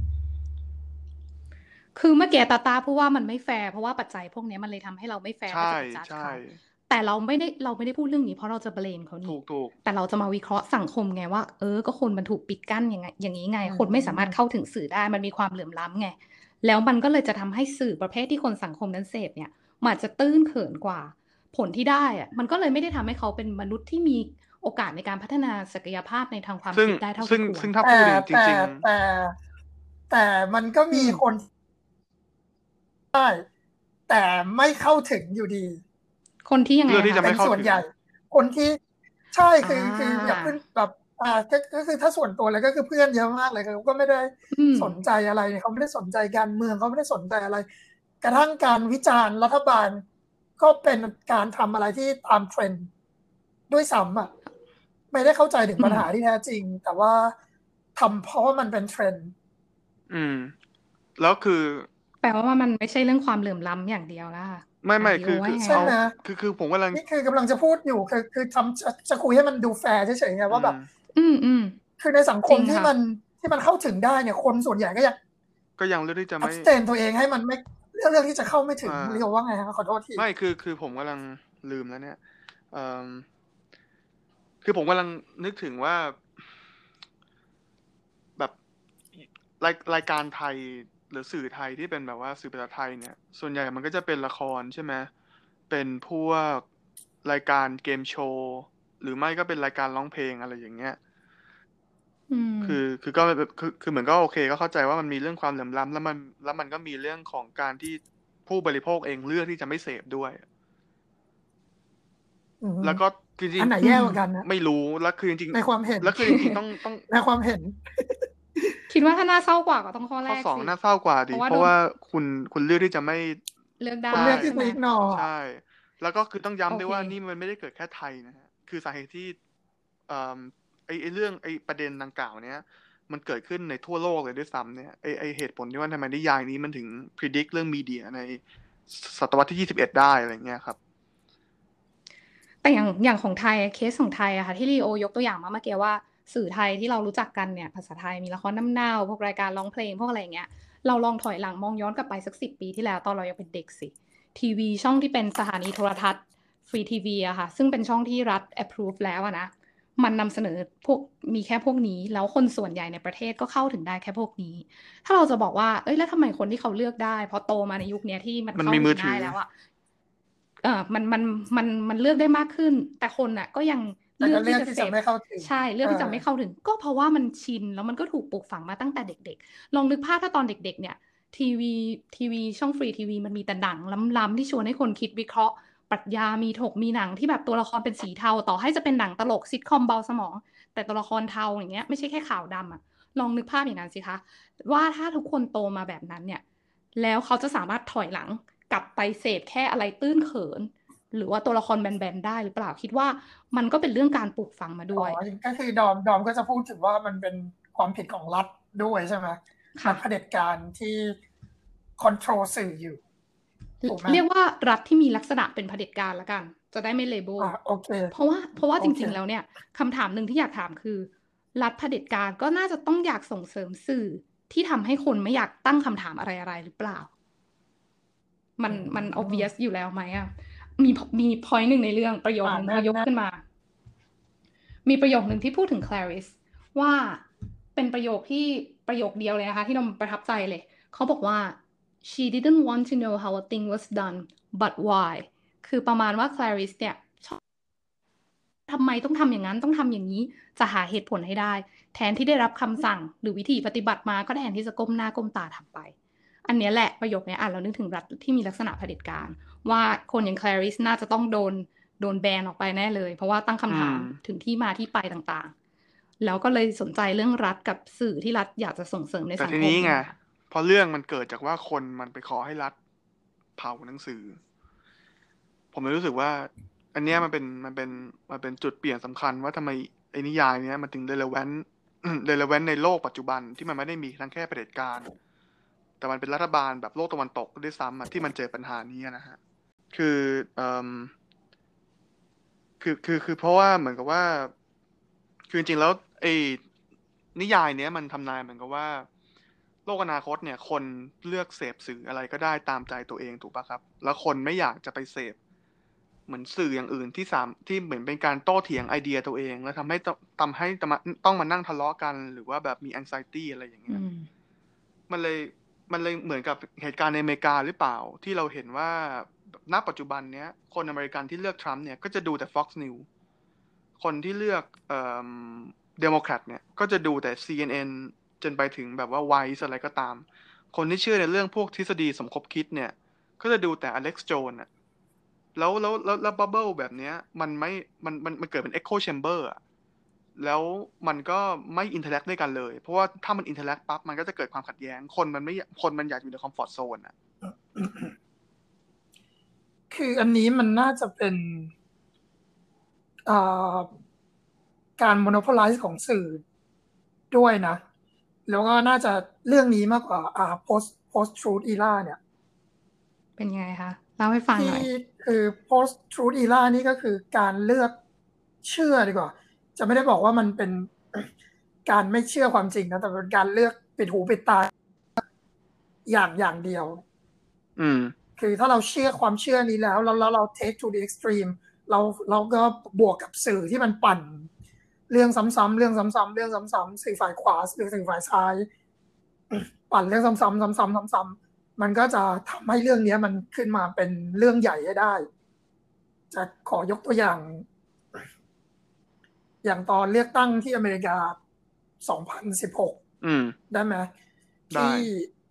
คือเมื่อกี้ตาตาพูดว่ามันไม่แฟร์เพราะว่าปัจจัยพวกนี้มันเลยทำให้เราไม่แฟร์ถ้าใช่จะไปจัดใช่เขาแต่เราไม่ได้เราไม่ได้พูดเรื่องนี้เพราะเราจะเบลมเขาถูนี่กถูกแต่เราจะมาวิเคราะห์สังคมไงว่า เออ ก็คนมันถูกปิดกั้นยังไง อย่างนี้ไงอืมคนไม่สามารถเข้าถึงสื่อได้ มันมีความเหลื่อมล้ำไง แล้วมันก็เลยจะทำให้สื่อประเภทที่คนสังคมนั้นเสพเนี่ยมันอาจจะตื้นเขินกว่า ผลที่ได้อะมันก็เลยไม่ได้ทำให้เขาเป็นมนุษย์ที่มีโอกาสในการพัฒนาศักยภาพในทางความซึ่งคิดได้เท่าซึ่งที่ควรซึ่งถ้าแต่พูดจริงแต่จริงแต่ แต่มันก็มีอืมคนได้ แต่ไม่เข้าถึงอยู่ดีคนที่ยังไงเลือกที่อะจะคะไม่เป็นเข้าส่วนถึงใหญ่ คนที่ใช่คืออ่าคืออย่าเพิ่งแบบอ่าก็ก็คือถ้าส่วนตัวเลยก็คือเพื่อนเยอะมากเลยเขาก็ไม่ได้อืมสนใจอะไรเขาไม่ได้สนใจการเมืองเขาไม่ได้สนใจอะไร กระทั่งการวิจารณ์รัฐบาล ก็เป็นการทำอะไรที่ตามเทรนด์ด้วยซ้ำอ่ะไม่ได้เข้าใจถึงอืมปัญหาที่แท้จริง แต่ว่าทำเพราะว่ามันเป็นเทรนด์อืม แล้วคือแปลว่ามันไม่ใช่เรื่องความเหลื่อมล้ำอย่างเดียวแล้วค่ะไม่ไม่อ่ะคือดีโอว่าคือยังไงใช่เอาไหมคือคือผมกำลังนี่คือกำลังจะพูดอยู่คือคือทำจะจะคุยให้มันดูแฟร์เฉยๆไงอืว่าแบบมอืมอืมคือในสังคจริมงที่ค่ะมันที่มันเข้าถึงได้เนี่ย คนส่วนใหญ่ก็ยังก็ยังเลือกที่จะไม่ abstain ตัวเองให้มันไม่เลือกเลือกที่จะเข้าไม่ถึอ่งาเรียกว่าไงครับ ขอโทษทีไม่ คือ คือผมกำลังลืมแล้วเนี่ย เอ่อ คือผมกำลังนึกถึงว่า แบบ ราย รายการไทย หรือสื่อไทยที่เป็นแบบว่าสื่อภาษาไทยเนี่ย ส่วนใหญ่มันก็จะเป็นละครใช่ไหม เป็นพวกรายการเกมโชว์ หรือไม่ก็เป็นรายการร้องเพลง อะไรอย่างเงี้ยอืมคือ คือก็ คือ คือเหมือนก็โอเค ก็เข้าใจว่ามันมีเรื่องความเหลื่อมล้ำ แล้วมัน แล้วมันก็มีเรื่องของการที่ผู้บริโภคเองเลือกที่จะไม่เสพด้วยอือฮึแล้วก็จริอังนไหนอืแย่มกว่ากันนะๆ ไม่รู้ แล้วคือจริงในความเห็นๆ แล้วคือจริง ๆ ต้อง ต้องในความเห็นคิดว่าถ้าน่าเศร้ากว่าก็ต้องข้อแรข้อก สองสิน่าเศร้ากว่าเพดิราะว่าเพโดราะนว่าคุณ คุณเลือกที่จะไม่เลือกได้คุณเลือกที่ใช่ไหจะม? ignore ใช่ แล้วก็คือต้องย้ำโอด้วยเคว่านี่มันไม่ได้เกิดแค่ไทยนะครับ คือสาเหตุที่ เอ่อ ไอ้ ไอ้เรื่อง ไอ้ประเด็นดังกล่าวเนี้ย มันเกิดขึ้นในทั่วโลกเลยด้วยซ้ำเนี่ย ไอ้ ไอ้เหตุผลที่ว่าทำไมนิยายนี้มันถึง predict เรื่องมีเดียใน ศ ศตวรรษที่ ยี่สิบเอ็ด ได้ อะไรอย่างเงี้ยครับแต่อย่าง อย่างของไทย เคสของไทยอะค่ะ ที่ลีโอยกตัวอย่างมาเมื่อกี้ว่า สื่อไทยที่เรารู้จักกันเนี่ย ภาษาไทยมีละครน้ำเน่า พวกรายการร้องเพลง พวกอะไรอย่างเงี้ย เราลองถอยหลังมองย้อนกลับไปสัก สิบ ปีที่แล้ว ตอนเรายังเป็นเด็กสิ ทีวีช่องที่เป็นสถานีโทรทัศน์ ฟรีทีวีอะค่ะ ซึ่งเป็นช่องที่รัฐ approve แล้วอะนะ มันนำเสนอพวก มีแค่พวกนี้ แล้วคนส่วนใหญ่ในประเทศก็เข้าถึงได้แค่พวกนี้ ถ้าเราจะบอกว่า เฮ้ย แล้วทำไมคนที่เขาเลือกได้ เพราะโตมาในยุคเนี้ยที่มันมันเข้ามีถมึืองงถ่าือยแล้วอะ เอ่อ มัน มัน มัน มันเลือกได้มากขึ้น แต่คนน่ะก็ยังแต่เลืกอ็กเลืที่อกจะที่เสจะไม่เข้าถึงใช่ เลือเอกที่จะอไม่เข้าถึง ก็เพราะว่ามันชิน แล้วมันก็ถูกปลูกฝังมาตั้งแต่เด็ก ๆ ลองนึกภาพถ้าตอนเด็ก ๆ เนี่ย ทีวี ทีวี ช่องฟรีทีวีมันมีแต่หนังล้ำ ๆ ที่ชวนให้คนคิดวิเคราะห์ ปรัชญา มีถก มีหนังที่แบบตัวละครเป็นสีเทา ต่อให้จะเป็นหนังตลก ซิตคอม เบาสมอง แต่ตัวละครเทา อย่างเงี้ย ไม่ใช่แค่ขาวดำอะ ลองนึกภาพอย่างนั้นสิคะ ว่าถ้าทุกคนโตมาแบบนั้นเนี่ย แล้วเขาจะสามารถถอยหลังกลับไปเสพแค่อะไรตื้นเขิน หรือว่าตัวละครแบน ๆ ได้หรือเปล่า คิดว่ามันก็เป็นเรื่องการปลูกฝังมาด้อ๋อวยก็คือดอม ดอมก็จะพูดถึงว่ามันเป็นความผิดของรัฐด้วยใช่ไหม? ครั่ฐะเผด็จการที่คอนโทรลสื่ออยู่ ถูกไหม? เรียกว่ารัฐที่มีลักษณะเป็นเผด็จการแล้วกัน จะได้ไม่ label อา โอเคเพราะว่า เพราะว่าโอจเคริง ๆ แล้วเนี่ย คำถามหนึ่งที่อยากถามคือ รัฐเผด็จการก็น่าจะต้องอยากส่งเสริมสื่อที่ทำให้คนไม่อยากตั้งคำถามอะไร ๆ หรือเปล่า? มันอืมันม obvious อยู่แล้วไหมอะ? มี พ มี พ็อยนต์ หนึ่งในเรื่อง ประโยคอาหนึ่งแที่เขายกน่ ๆขึ้นมา มีประโยคหนึ่งที่พูดถึง Clarice ว่า เป็นประโยคที่ ประโยคเดียวเลยนะคะที่ดอมประทับใจเลย เขาบอกว่า "She didn't want to know how a thing was done, but why" คือประมาณว่า Clarice เนี่ย ชอบ ทำไมต้องทำอย่างงั้น ต้องทำอย่างงี้ จะหาเหตุผลให้ได้ แทนที่ได้รับคำสั่งหรือวิธีปฏิบัติมา ก็แทนที่จะก้มหน้าก้มตาทำไป อันเนี้ยแหละ ประโยคเนี้ยอ่านแล้วนึกถึงรัฐที่มีลักษณะเผด็จการ ว่าคนอย่าง Clarice น่าจะต้องโดน โดนแบนออกไปแน่เลย เพราะว่าตั้งคำถามอืมถึงที่มาที่ไปต่าง ๆ แล้วก็เลยสนใจเรื่องรัฐกับสื่อที่รัฐอยากจะส่งเสริมในแต่ทสังีคมนี้ไงเนี่ยค่ะพอเรื่องมันเกิดจากว่าคนมันไปขอให้รัฐเผาหนังสือ ผมเลยรู้สึกว่า อันเนี้ยมันเป็น มันเป็น มันเป็นจุดเปลี่ยนสำคัญว่า ทำไมไอ้นิยายเนี้ยมันถึง relevant relevant ในโลกปัจจุบันที่มันไม่ได้มีทั้งแค่เผด็จการ แต่มันเป็นรัฐบาลแบบโลกตะวันตกด้วยซ้ำอะที่มันเจอปัญหานี้อะนะครับ คือ เอ่อ คือ คือ คือเพราะว่าเหมือนกับว่า คือจริง ๆ แล้วไอ้นิยายเนี้ยมันทำนายเหมือนกับว่า โลกอนาคตเนี่ย คนเลือกเสพสื่ออะไรก็ได้ตามใจตัวเองถูกเปล่าครับ? แล้วคนไม่อยากจะไปเสพเหมือนสื่ออย่างอื่นที่สาม ที่เหมือนเป็นการโต้เถียงไอเดียตัวเอง แล้วทำให้ ต ทำให้ตะมา อ ต้องมานั่งทะเลาะกัน หรือว่าแบบมี anxiety อะไรอย่างเงอืี้ยมมันเลย มันเลยเหมือนกับเหตุการณ์ในอเมริกาหรือเปล่า? ที่เราเห็นว่า บ ณ ปัจจุบันเนี้ย คนอเมริกันที่เลือก Trump เนี่ย ก็จะดูแต่ Fox News คนที่เลือก เอ่อ Democrat เนี่ย ก็จะดูแต่ ซี เอ็น เอ็น จนไปถึงแบบว่า Vice อะไรก็ตาม คนที่เชื่อในเรื่องพวกทฤษฎีสมคบคิดเนี่ย ก็จะดูแต่ Alex Jones อะ แล้ว แล้ว แล้ว แล้ว Bubble แบบเนี้ย มันไม่ มัน มัน มันเกิดเป็น Echo Chamber อะ แล้วมันก็ไม่ interact ด้วยกันเลย เพราะว่าถ้ามัน interact ปั๊บ มันก็จะเกิดความขัดแย้ง คนมันไม่ ย คนมันอยากอยู่ใน คอมฟอร์ตโซน อะคืออันนี้มันน่าจะเป็น อ่าการ monopolize ของสื่อด้วยนะ แล้วก็น่าจะเรื่องนี้มากกว่าอ่า post post truth era เนี่ยเป็นไงคะเล่าให้ฟังหที่น่อยคือ post truth era นี่ก็คือการเลือกเชื่อดีกว่า จะไม่ได้บอกว่ามันเป็น การไม่เชื่อความจริงนะ แต่เป็นการเลือกปิดหูปิดตาอย่างอย่างเดียวอืมคือถ้าเราเชื่อความเชื่อนี้แล้วแล้วแล้วเรา take to the extreme เราเราก็บวกกับสื่อที่มันปั่น เรื่องซ้ำๆเรื่องซ้ำๆเรื่องซ้ำๆสื่อฝ่ายขวาหรือสื่อฝ่ายซ้าย ปั่นเรื่องซ้ำๆซ้ำๆซ้ำๆมันก็จะทำให้เรื่องนี้มันขึ้นมาเป็นเรื่องใหญ่ให้ได้ จะขอยกตัวอย่าง อย่างตอนเลือกตั้งที่อเมริกา สองพันสิบหกอืมได้ไหมได้ที่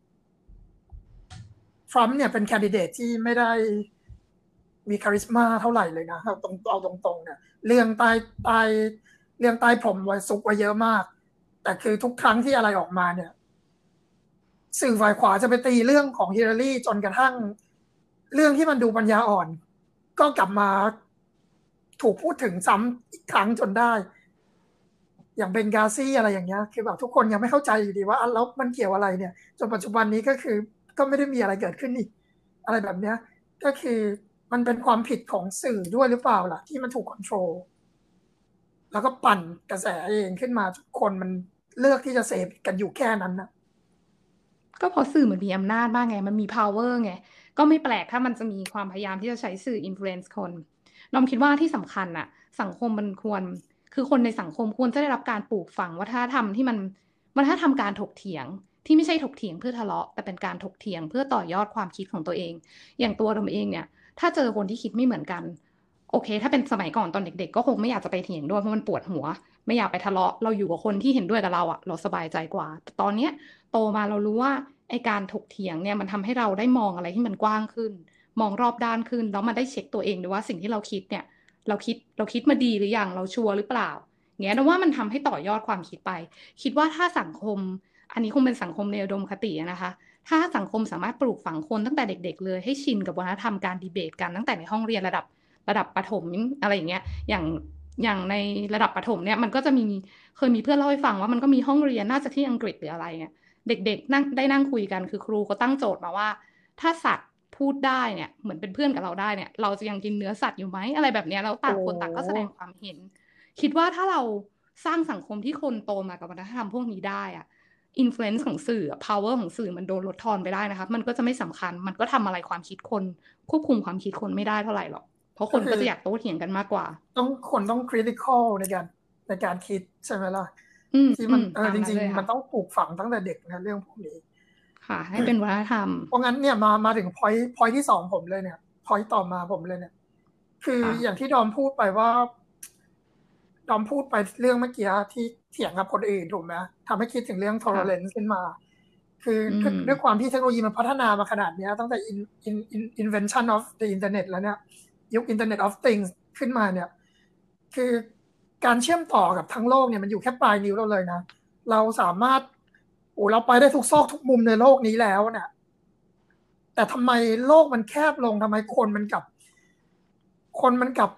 ทรัมป์เนี่ยเป็นแคนดิเดตที่ไม่ได้มีคาริสมาเท่าไหร่เลยนะเอาตรงเอาตรงๆเนี่ยเรื่องใต้ใต้เรื่องใต้ผมไว้ซุกไว้เยอะมาก แต่คือทุกครั้งที่อะไรออกมาเนี่ย สื่อฝ่ายขวาจะไปตีเรื่องของฮิลลารีจนกระทั่งเรื่องที่มันดูปัญญาอ่อน ก็กลับมาถูกพูดถึงซ้ำอีกครั้งจนได้ อย่างเบนกาซีอะไรอย่างเงี้ยคือแบบทุกคนยังไม่เข้าใจอยู่ดีว่าแล้วมันเกี่ยวอะไรเนี่ยจนปัจจุบันนี้ก็คือก็ไม่ได้มีอะไรเกิดขึ้นอีกอะไรแบบเนี้ยก็คือมันเป็นความผิดของสื่อด้วยหรือเปล่าล่ะที่มันถูกคอนโทรลแล้วก็ปั่นกระแสเองขึ้นมาทุกคนมันเลือกที่จะเสพกันอยู่แค่นั้นนะก็เพราะสื่อมันมีอำนาจมากไงมันมี power ไงก็ไม่แปลกถ้ามันจะมีความพยายามที่จะใช้สื่อ influence คนน้อมคิดว่าที่สำคัญน่ะสังคมมันควรคือคนในสังคมควรจะได้รับการปลูกฝังวัฒนธรรมที่มันวัฒนธรรมการถกเถียงที่ไม่ใช่ถกเถียงเพื่อทะเลาะแต่เป็นการถกเถียงเพื่อต่อยอดความคิดของตัวเองอย่างตัวเราเองเนี่ยถ้าเจอคนที่คิดไม่เหมือนกันโอเคถ้าเป็นสมัยก่อนตอนเด็กๆก็คงไม่อยากจะไปเถียงด้วยเพราะมันปวดหัวไม่อยากไปทะเลาะเราอยู่กับคนที่เห็นด้วยกับเราอะเราสบายใจกว่าแต่ตอนเนี้ยโตมาเรารู้ว่าไอการถกเถียงเนี่ยมันทำให้เราได้มองอะไรที่มันกว้างขึ้นมองรอบด้านขึ้นแล้วมันได้เช็คตัวเองด้วยว่าสิ่งที่เราคิดเนี่ยเราคิดเราคิดมาดีหรือยังเราชัวร์หรือเปล่าเงี้ยนะว่ามันทำให้ต่อยอดความคิดไปคิดว่าถ้าสังคมอันนี้คงเป็นสังคมในอุดมคตินะคะ ถ้าสังคมสามารถปลูกฝังคนตั้งแต่เด็กๆเลยให้ชินกับวัฒนธรรมการดีเบตกันตั้งแต่ในห้องเรียนระดับระดับประถมอะไรอย่างเงี้ยอย่างอย่างในระดับประถมเนี่ยมันก็จะมีเคยมีเพื่อนเล่าให้ฟังว่ามันก็มีห้องเรียนน่าจะที่อังกฤษหรืออะไรเนี่ยเด็กๆนั่งได้นั่งคุยกันคือครูก็ตั้งโจทย์มาว่า ถ้าสัตว์พูดได้เนี่ยเหมือนเป็นเพื่อนกับเราได้เนี่ยเราจะยังกินเนื้อสัตว์อยู่ไหมอะไรแบบเนี้ยแล้วต่างคนต่างก็แสดงความเห็น คิดว่าถ้าเราสร้างสังคมที่คนโตมากับวัฒนธรรมพวกนี้ได้อะ influence ของสื่อ power ของสื่อมันโดนลดทอนไปได้นะคะมันก็จะไม่สำคัญมันก็ทำอะไรความคิดคนควบคุมความคิดคนไม่ได้เท่าไหร่หรอกเพราะคนก็จะอยากโต้เถียงกันมากกว่าต้องคนต้อง critical ในการในการคิดใช่ไหมล่ะที่มันเออจริงๆมันต้องปลูกฝังตั้งแต่เด็กนะเรื่องพวกนี้ค่ะให้เป็นวัฒนธรรมเพราะงั้นเนี่ยมามาถึง point point ที่สองผมเลยเนี่ย point ต่อมาผมเลยเนี่ยคืออย่างที่ดอมพูดไปว่าดอมพูดไปเรื่องเมื่อกี้ที่เถียงกับคนอื่นถูกไหมทำให้คิดถึงเรื่อง tolerance ขึ้นมาคือด้วยความที่เทคโนโลยีมันพัฒนามาขนาดนี้ตั้งแต่ in, in, in, invention of the internet แล้วเนี่ยยุค internet of things ขึ้นมาเนี่ยคือการเชื่อมต่อกับทั้งโลกเนี่ยมันอยู่แค่ปลายนิ้วเราเลยนะเราสามารถโอ้เราไปได้ทุกซอกทุกมุมในโลกนี้แล้วเนี่ยแต่ทำไมโลกมันแคบลงทำไมคนมันกับคนมันกับ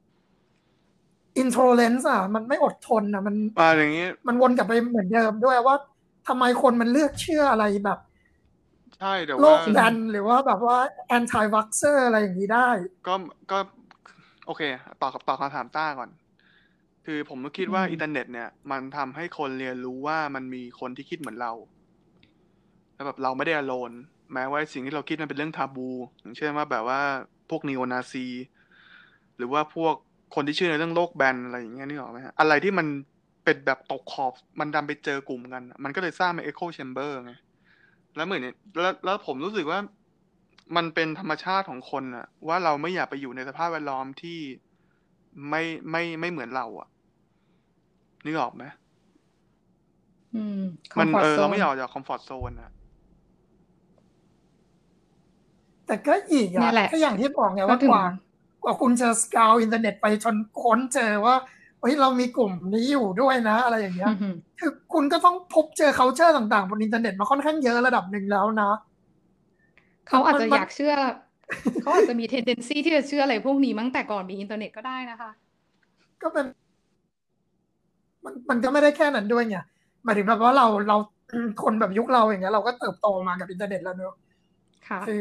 intolerance อ่ะมันไม่อดทนอ่ะมันอ่าอย่างนี้มันวนกลับไปเหมือนเดิมด้วยว่าทำไมคนมันเลือกเชื่ออะไรแบบใช่เดี๋ยวโลว่ากแบนหรือว่าแบบว่า anti vaxxer อะไรอย่างนี้ได้ก็ก็โอเคตอบตอบคำถามต้าก่อนคือผมก็คิดว่าอินเทอร์เน็ตเนี่ยมันทำให้คนเรียนรู้ว่ามันมีคนที่คิดเหมือนเราแล้วแบบเราไม่ได้อโลนแม้ว่าสิ่งที่เราคิดมันเป็นเรื่องทาบูอย่างเช่นว่าแบบว่าพวกนีโอนาซีหรือว่าพวกคนที่เชื่อในเรื่องโลกแบนอะไรอย่างเงี้ยนี่หรอไหมฮะอะไรที่มันเป็นแบบตกขอบมันดันไปเจอกลุ่มกันมันก็เลยสร้างเป็น echo chamber ไงแล้วเหมือนแล้วแล้วผมรู้สึกว่ามันเป็นธรรมชาติของคนอะว่าเราไม่อยากไปอยู่ในสภาพแวดล้อมที่ไม่ไม่ไม่เหมือนเราอะนึกออกไหมอืมมันเออเราไม่อยากออกจากคอมฟอร์ตโซนอะแต่ก็อีกอ่ะก็อย่างที่บอกไงว่ากว่ากว่าคุณจะสกาวอินเทอร์เน็ตไปจนค้นเจอว่าเฮ้ยเรามีกลุ่มนี้อยู่ด้วยนะอะไรอย่างเงี้ยคือคุณก็ต้องพบเจอ culture ต่างๆบนอินเทอร์เน็ตมาค่อนข้างเยอะระดับหนึ่งแล้วนะเขาอาจจะอยากเชื่อเขาอาจจะมี tendency ที่จะเชื่ออะไรพวกนี้มั้งแต่ก่อนมีอินเทอร์เน็ตก็ได้นะคะก็เป็นมันมันก็ไม่ได้แค่นั้นด้วยไงหมายถึงแบบว่าเราเราคนแบบยุคเราอย่างเงี้ยเราก็เติบโตมากับอินเทอร์เน็ตแล้วเนอะค่ะคือ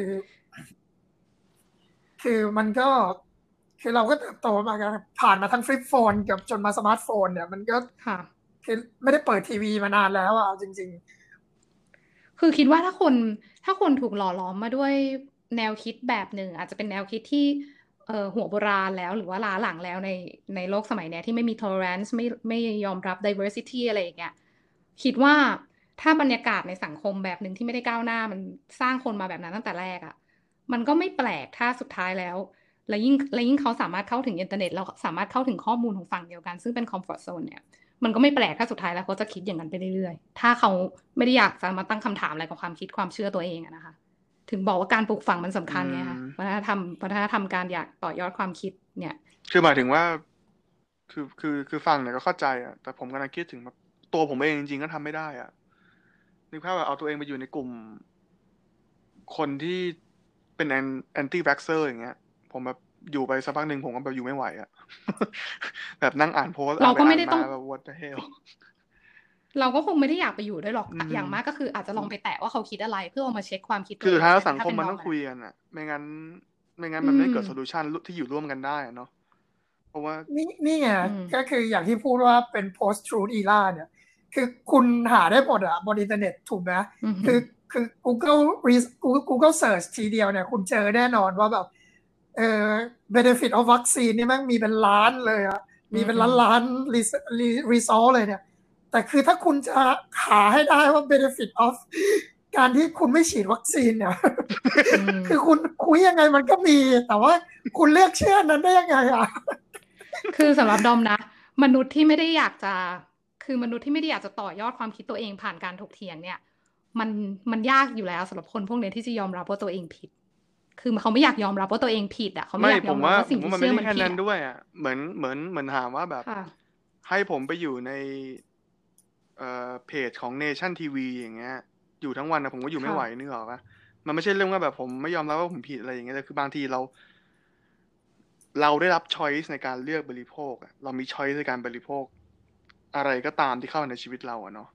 คือมันก็คือเราก็เติบโตมากันผ่านมาทั้งฟลิปโฟนกับจนมาสมาร์ทโฟนเนี่ยมันก็ค่ะคือไม่ได้เปิดทีวีมานานแล้วอะเอาจริงคือคิดว่าถ้าคนถ้าคนถูกหล่อหลอมมาด้วยแนวคิดแบบหนึ่งอาจจะเป็นแนวคิดที่เอ่อหัวโบราณแล้วหรือว่าล้าหลังแล้วในในโลกสมัยเนี้ยที่ไม่มี tolerance ไม่ไม่ยอมรับ diversity อะไรอย่างเงี้ยคิดว่าถ้าบรรยากาศในสังคมแบบหนึ่งที่ไม่ได้ก้าวหน้ามันสร้างคนมาแบบนั้นตั้งแต่แรกอ่ะมันก็ไม่แปลกถ้าสุดท้ายแล้วและยิ่งและยิ่งเขาสามารถเข้าถึงอินเทอร์เน็ตแล้วสามารถเข้าถึงข้อมูลของฝั่งเดียวกันซึ่งเป็น comfort zone เนี่ย มันก็ไม่แปลกถ้าสุดท้ายแล้วเขาจะคิดอย่างนั้นไปเรื่อยๆ ถ้าเขาไม่ได้อยากจะมาตั้งคำถามอะไรกับความคิดความเชื่อตัวเองอะนะคะ ถึงบอกว่าการปลูกฝังมันสำอืคัญไงคะมวัฒนธรรมวัฒนธรรมการอยากต่อยอดความคิดเนี่ยคือหมายถึงว่า คือคือคือฟังเนี่ยก็เข้าใจอ่ะแต่ผมกำลังคิดถึงแบบตัวผมเองจริงๆก็ทำไม่ได้อ่ะนึกภาพแบบเอาตัวเองไปอยู่ในกลุ่ม คนที่เป็นแอนแอนตี้แว็กเซอร์อย่างเงี้ย ผมแบบอยู่ไปสักพักหนึ่งผมก็แบบอยู่ไม่ไหวอ่ะ แบบนั่งอ่านโพสต์อ่าเรานไปก็ไม่อ่านได้ต้มาองแบบ what the hell เราก็คงไม่ได้อยากไปอยู่ด้วยหรอกอือย่างมมากก็คืออาจจะลองไปแตะว่าเขาคิดอะไรเพื่อเอามาเช็คความคิดคืตัอวสุเอดงท้ายแล้วแต่สังถ้าคมเป็นมันดอต้มองอะคุยกันอ่ะ ไม่งั้น ไม่งั้นอืมันไม่มเกิดโซลูชันที่อยู่ร่วมกันได้อะเนาะเพราะว่านี่นี่ไงอืมก็คืออย่างที่พูดว่าเป็น post truth era เนี่ย คือคุณหาได้หมดอะบนอินเทอร์เน็ตถูกไหมอืมคือคือ Google Re- Google Google Search ทีเดียวเนี่ย คุณเจอแน่นอนว่าแบบเออ benefit of vaccine นี่แม่งมีเป็นล้านเลยอะมีเป็นล้านล้าน res- re- result เลยเนี่ย แต่คือถ้าคุณจะหาให้ได้ว่า benefit of การที่คุณไม่ฉีดวัคซีนเนี่ยอืมคือคุณคุยยังไงมันก็มี แต่ว่าคุณเลือกเชื่อนั้นได้ยังไงอะคือสำหรับดอมนะ มนุษย์ที่ไม่ได้อยากจะ คือมนุษย์ที่ไม่ได้อยากจะต่อยอดความคิดตัวเองผ่านการถกเถียงเนี่ย มันมันยากอยู่แล้วสำหรับคนพวกเนี้ยที่จะยอมรับว่าตัวเองผิด คือเขาไม่อยากยอมรับว่าตัวเองผิดอ่ะเขาไม่ไม่อยากผยอมมรับว่าว่าผสิ่งมที่ว่ามันไม่เชื่อใช่มันแค่ผิดนั้นอ่ะด้วยอ่ะ เหมือน เหมือน เหมือนถามว่าแบบค่ะให้ผมไปอยู่ใน เอ่อ เพจของ Nation ที วี อย่างเงี้ย อยู่ทั้งวันนะผมก็อยู่ไม่ค่ะไหวนึกออกปะมันไม่ใช่เรื่องว่าแบบผมไม่ยอมรับว่าผมผิดอะไรอย่างเงี้ยแต่คือบางทีเรา เราได้รับ choice ในการเลือกบริโภคอะเรามี choice ในการบริโภค อะไรก็ตามที่เข้ามาในชีวิตเราอะเนาะ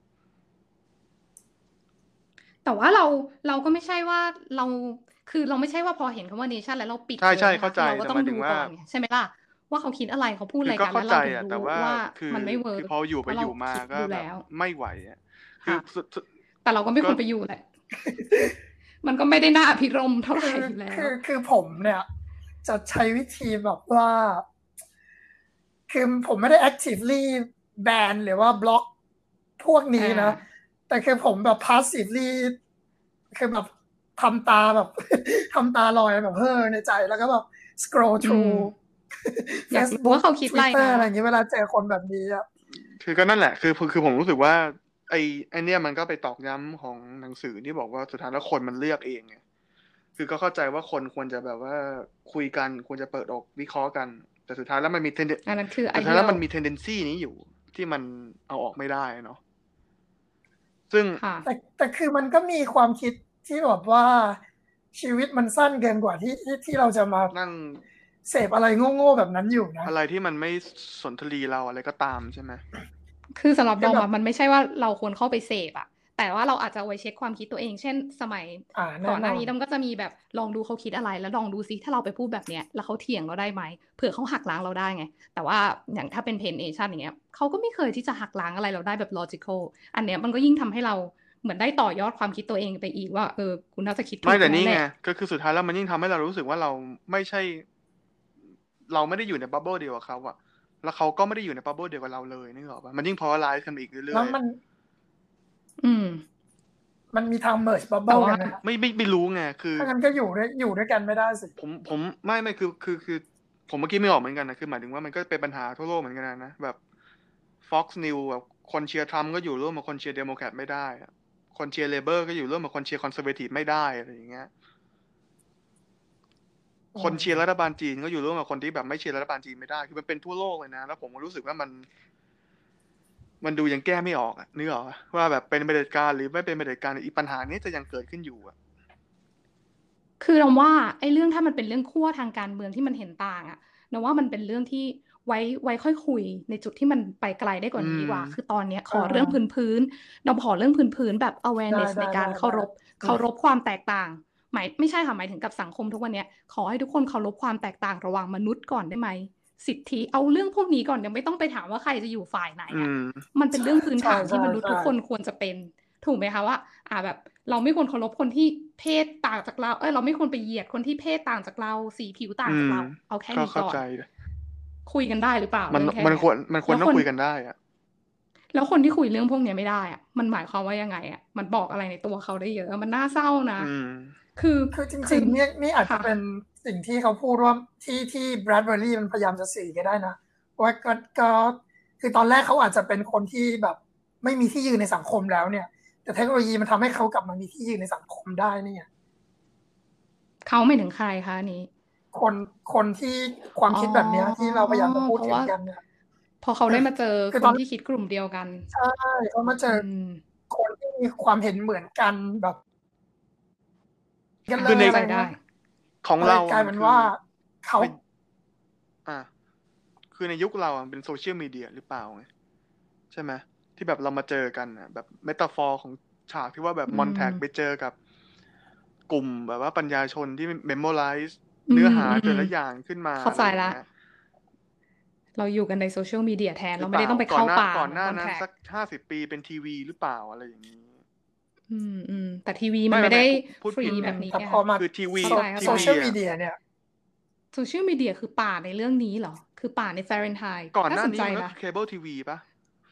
แต่ว่าเราเราก็ไม่ใช่ว่าเรา คือเราไม่ใช่ว่าพอเห็นคำว่า nation แล้วเราปิดใช่เลยใช่นะเข้าคะใจคือเราก็แต่ต้อหมาง ยถึดูงว่าก่อนไงใช่ไหมล่ะ ว่าเขาคิดอะไรเขาพูดคือะไรอก็กันเข้าแล้วใจเราถึงอะรู้แต่ว่าว่าคือมันไม่เวิคืร์อก พออยู่เพไปราะอเรายู่มาคิดก็ดูแบแล้บวไม่ไหวอะ คือค่ะสุ สุแต่เราก็ไม่ก็ควรไปอยู่แหละ มันก็ไม่ได้น่าอภิรมย์เท่าไหคืร่ออยู่แล้คืวอคือผมเนี่ย จะใช้วิธีแบบว่า คือผมไม่ได้ actively ban หรือว่าบล็อกพวกนี้นะอ่าแต่คือผมแบบ passively คือแบบทำตาแบบ ทำตาลอยแบบเฮ้อในใจแล้วก็แบบ scroll อืม through อยากรู้ Facebook ว่าเขาคิดอะไร Twitter นะอะไรอย่างเงี้ยเวลาเจอคนแบบนี้อะคือก็นั่นแหละ คือ คือคือผมรู้สึกว่า ไอ้ ไอ้เนี่ยมันก็ไปตอกย้ำของหนังสือที่บอกว่าสุดท้ายแล้วคนมันเลือกเองไง คือก็เข้าใจว่าคนควรจะแบบว่าคุยกัน ควรจะเปิดอกวิเคราะห์กัน แต่สุดท้ายแล้วมันมี tenden อันนั้นคือสุดท้ายแล้ว ideal มันมี tendency นี้อยู่ ที่มันเอาออกไม่ได้เนาะ ซึ่งค่ะแต่แต่คือมันก็มีความคิดที่แบบว่าชีวิตมันสั้นเกินกว่าที่ที่ที่เราจะมานั่งเสพอะไรโง่ๆแบบนั้นอยู่นะอะไรที่มันไม่สนทรีเราอะไรก็ตามใช่ไหมคือสำหรับคืดออมแบบอะมันไม่ใช่ว่าเราควรเข้าไปเสพอะแต่ว่าเราอาจจะเอาไว้เช็คความคิดตัวเอง เช่น สมัยอ่าแน่ก่อนหนน้าอนนี้ดอมก็จะมีแบบลองดูเขาคิดอะไร แล้วลองดูซิถ้าเราไปพูดแบบเนี้ยแล้วเขาเถียงเราได้ไหมเผื่อเขาหักล้างเราได้ไง แต่ว่าอย่างถ้าเป็น Pen Nation อย่างเงี้ยเขาก็ไม่เคยที่จะหักล้างอะไรเราได้แบบ logical อันเนี้ยมันก็ยิ่งทำให้เราเหมือนได้ต่อยอดความคิดตัวเองไปอีกว่าเออคุณน่าจะคิดถูไม่กแต่แล้วนี่แหไงละก็คือสุดท้ายแล้วมันยิ่งทำให้เรารู้สึกว่าเราไม่ใช่ เราไม่ได้อยู่ในบับเบิลเดียวกับเขาอะแล้วเขาก็ไม่ได้อยู่ในบับเบิลเดียวกับเราเลยนึกออกปะมันยิ่ง polarize กันไปอีกเรื่แล้อวยๆมัอะนอืมมันมีทาง merge แต่ bubble ว่ากันนะไม่ ไม่ ไม่รู้ไง คือถ้างั้นก็อยู่ด้วยอยู่ด้วยกันไม่ได้สิผม ผม ไม่ ไม่ คือ คือ คือ ผมเมื่อกี้ไม่ออกเหมือนกันนะ คือหมายถึงว่ามันก็เป็นปัญหาทั่วโลกเหมือนกันนะ แบบ Fox News แบบคนเชียร์ทรัมป์ก็อยู่ร่วมกับคนเชียร์เดโมแครตไม่ได้อะคนเชียร์เลเบอร์ก็อยู่ร่วมกับคนเชียร์คอนเซอร์เวทีฟไม่ได้อะไรอย่างเงี้ย คนเชียร์รัฐบาลจีนก็อยู่ร่วมกับคนที่แบบไม่เชียร์รัฐบาลจีนไม่ได้ คือมันเป็นทั่วโลกเลยนะ แล้วผมก็รู้สึกว่ามัน มันดูยังแก้ไม่ออกอะนึกออกปะว่าแบบเป็นเผด็จการหรือไม่เป็นเผด็จการอีปัญหานี้จะยังเกิดขึ้นอยู่อะคือเราว่าไอ้เรื่องถ้ามันเป็นเรื่องขั้วทางการเมืองที่มันเห็นต่างอะเราว่ามันเป็นเรื่องที่ไว้ไว้ค่อยคุยในจุดที่มันไปไกลได้กว่าอืนี้มดีกว่า คือตอนเนี้ยขอ่าอเรื่องพื้นๆ เราขอเรื่องพื้นๆ แบบได้ awareness ในได้การได้เคารพได้เคารพความแตกต่าง หมาย ไม่ใช่ค่ะ หมายถึงกับสังคมทุกวันเนี้ย ขอให้ทุกคนเคารพความแตกต่างระหว่างมนุษย์ก่อนได้ไหม? สิทธิ เอาเรื่องพวกนี้ก่อน ยังไม่ต้องไปถามว่าใครจะอยู่ฝ่ายไหนอือะมมันเป็นเรื่องพื้นใช่ฐานที่มนุษย์ใช่ทุกคนๆควรจะเป็น ถูกไหมคะว่า อ่า แบบเราไม่ควรเคารพคนที่เพศต่างจากเรา เอ๊ย เราไม่ควรไปเหยียดคนที่เพศต่างจากเรา สีผิวต่าอืงจากมเรา เอาแค่ก็นี้เข้าก่อใจน คุยกันได้หรือเปล่ามันเรื่องแค่มันเนี้ควร มันควแลร้วต้อคนงคุยกันได้อะแล้วคนที่คุยเรื่องพวกเนี้ยไม่ได้อะ มันหมายความว่ายังไงอะ? มันบอกอะไรในตัวเขาได้เยอะ มันน่าเศร้านะอืมคือคือจคริง ๆ เนี่ย นี่อาจคจะค่ะเป็นสิ่งที่เขาพูดว่า ที่ ที่ Bradbury มันพยายามจะสื่อก็ได้นะ ว่าก็ ก็ คือตอนแรกเขาอาจจะเป็นคนที่แบบไม่มีที่ยืนในสังคมแล้วเนี่ย แต่เทคโนโลยีมันทำให้เขากลับมามีที่ยืนในสังคมได้นี่ไงเขาหมายถึงใครคะอันนี้? คน คนที่ความอ๋อคิดแบบเนี้ย ที่เราพยายามจะพูดเพราะถึว่งกันเนี่ยพอเขาได้มาเจอคือคตอนนที่คิดกลุ่มเดียวกันใช่ เขามาเจอือมคนที่มีความเห็นเหมือนกันแบบ กันอาเลคือย ในอะไรเข้าใจเงได้ี้ยของมันเเลรายกอลาะยมัเป็น นคืว่าอเขาใน อา คือในยุคเราอะมันเป็น Social Media หรือเปล่าไง ใช่ไหม ที่แบบเรามาเจอกันน่ะ แบบ metaphor ของฉากที่ว่าแบบอื Montag ไปมเจอกับกลุ่มแบบว่าปัญญาชนที่ memorize อืเนื้อหาแต่มละๆอย่างขึ้นมาเข้าอะใจแลไรอย่างเ้งวี้ยเราอยู่กันใน Social Media แทนหเรรืาอไเม่ปลได้่าต้องไปก่เขอน้าหน้าป่าก่อเหนมือหน้านั้นน Montag สัก ห้าสิบ ปีเป็นทีวีหรือเปล่า อะไรอย่างงี้อืม ๆ แต่ทีวีไมันไม่ได้ม่ ๆ ๆ พูดฟรีผิดอืแบบนี้แต่ไงคพอะมาคือทีวีเข้าโซใจทีวี Social อะ Media เนี่ย Social Media คือป่าในเรื่องนี้เหรอ? คือป่าใน Fahrenheit ก่อนน่หาน้านีสนใ้จนมันก็คะือ เคเบิลทีวีเปล่า?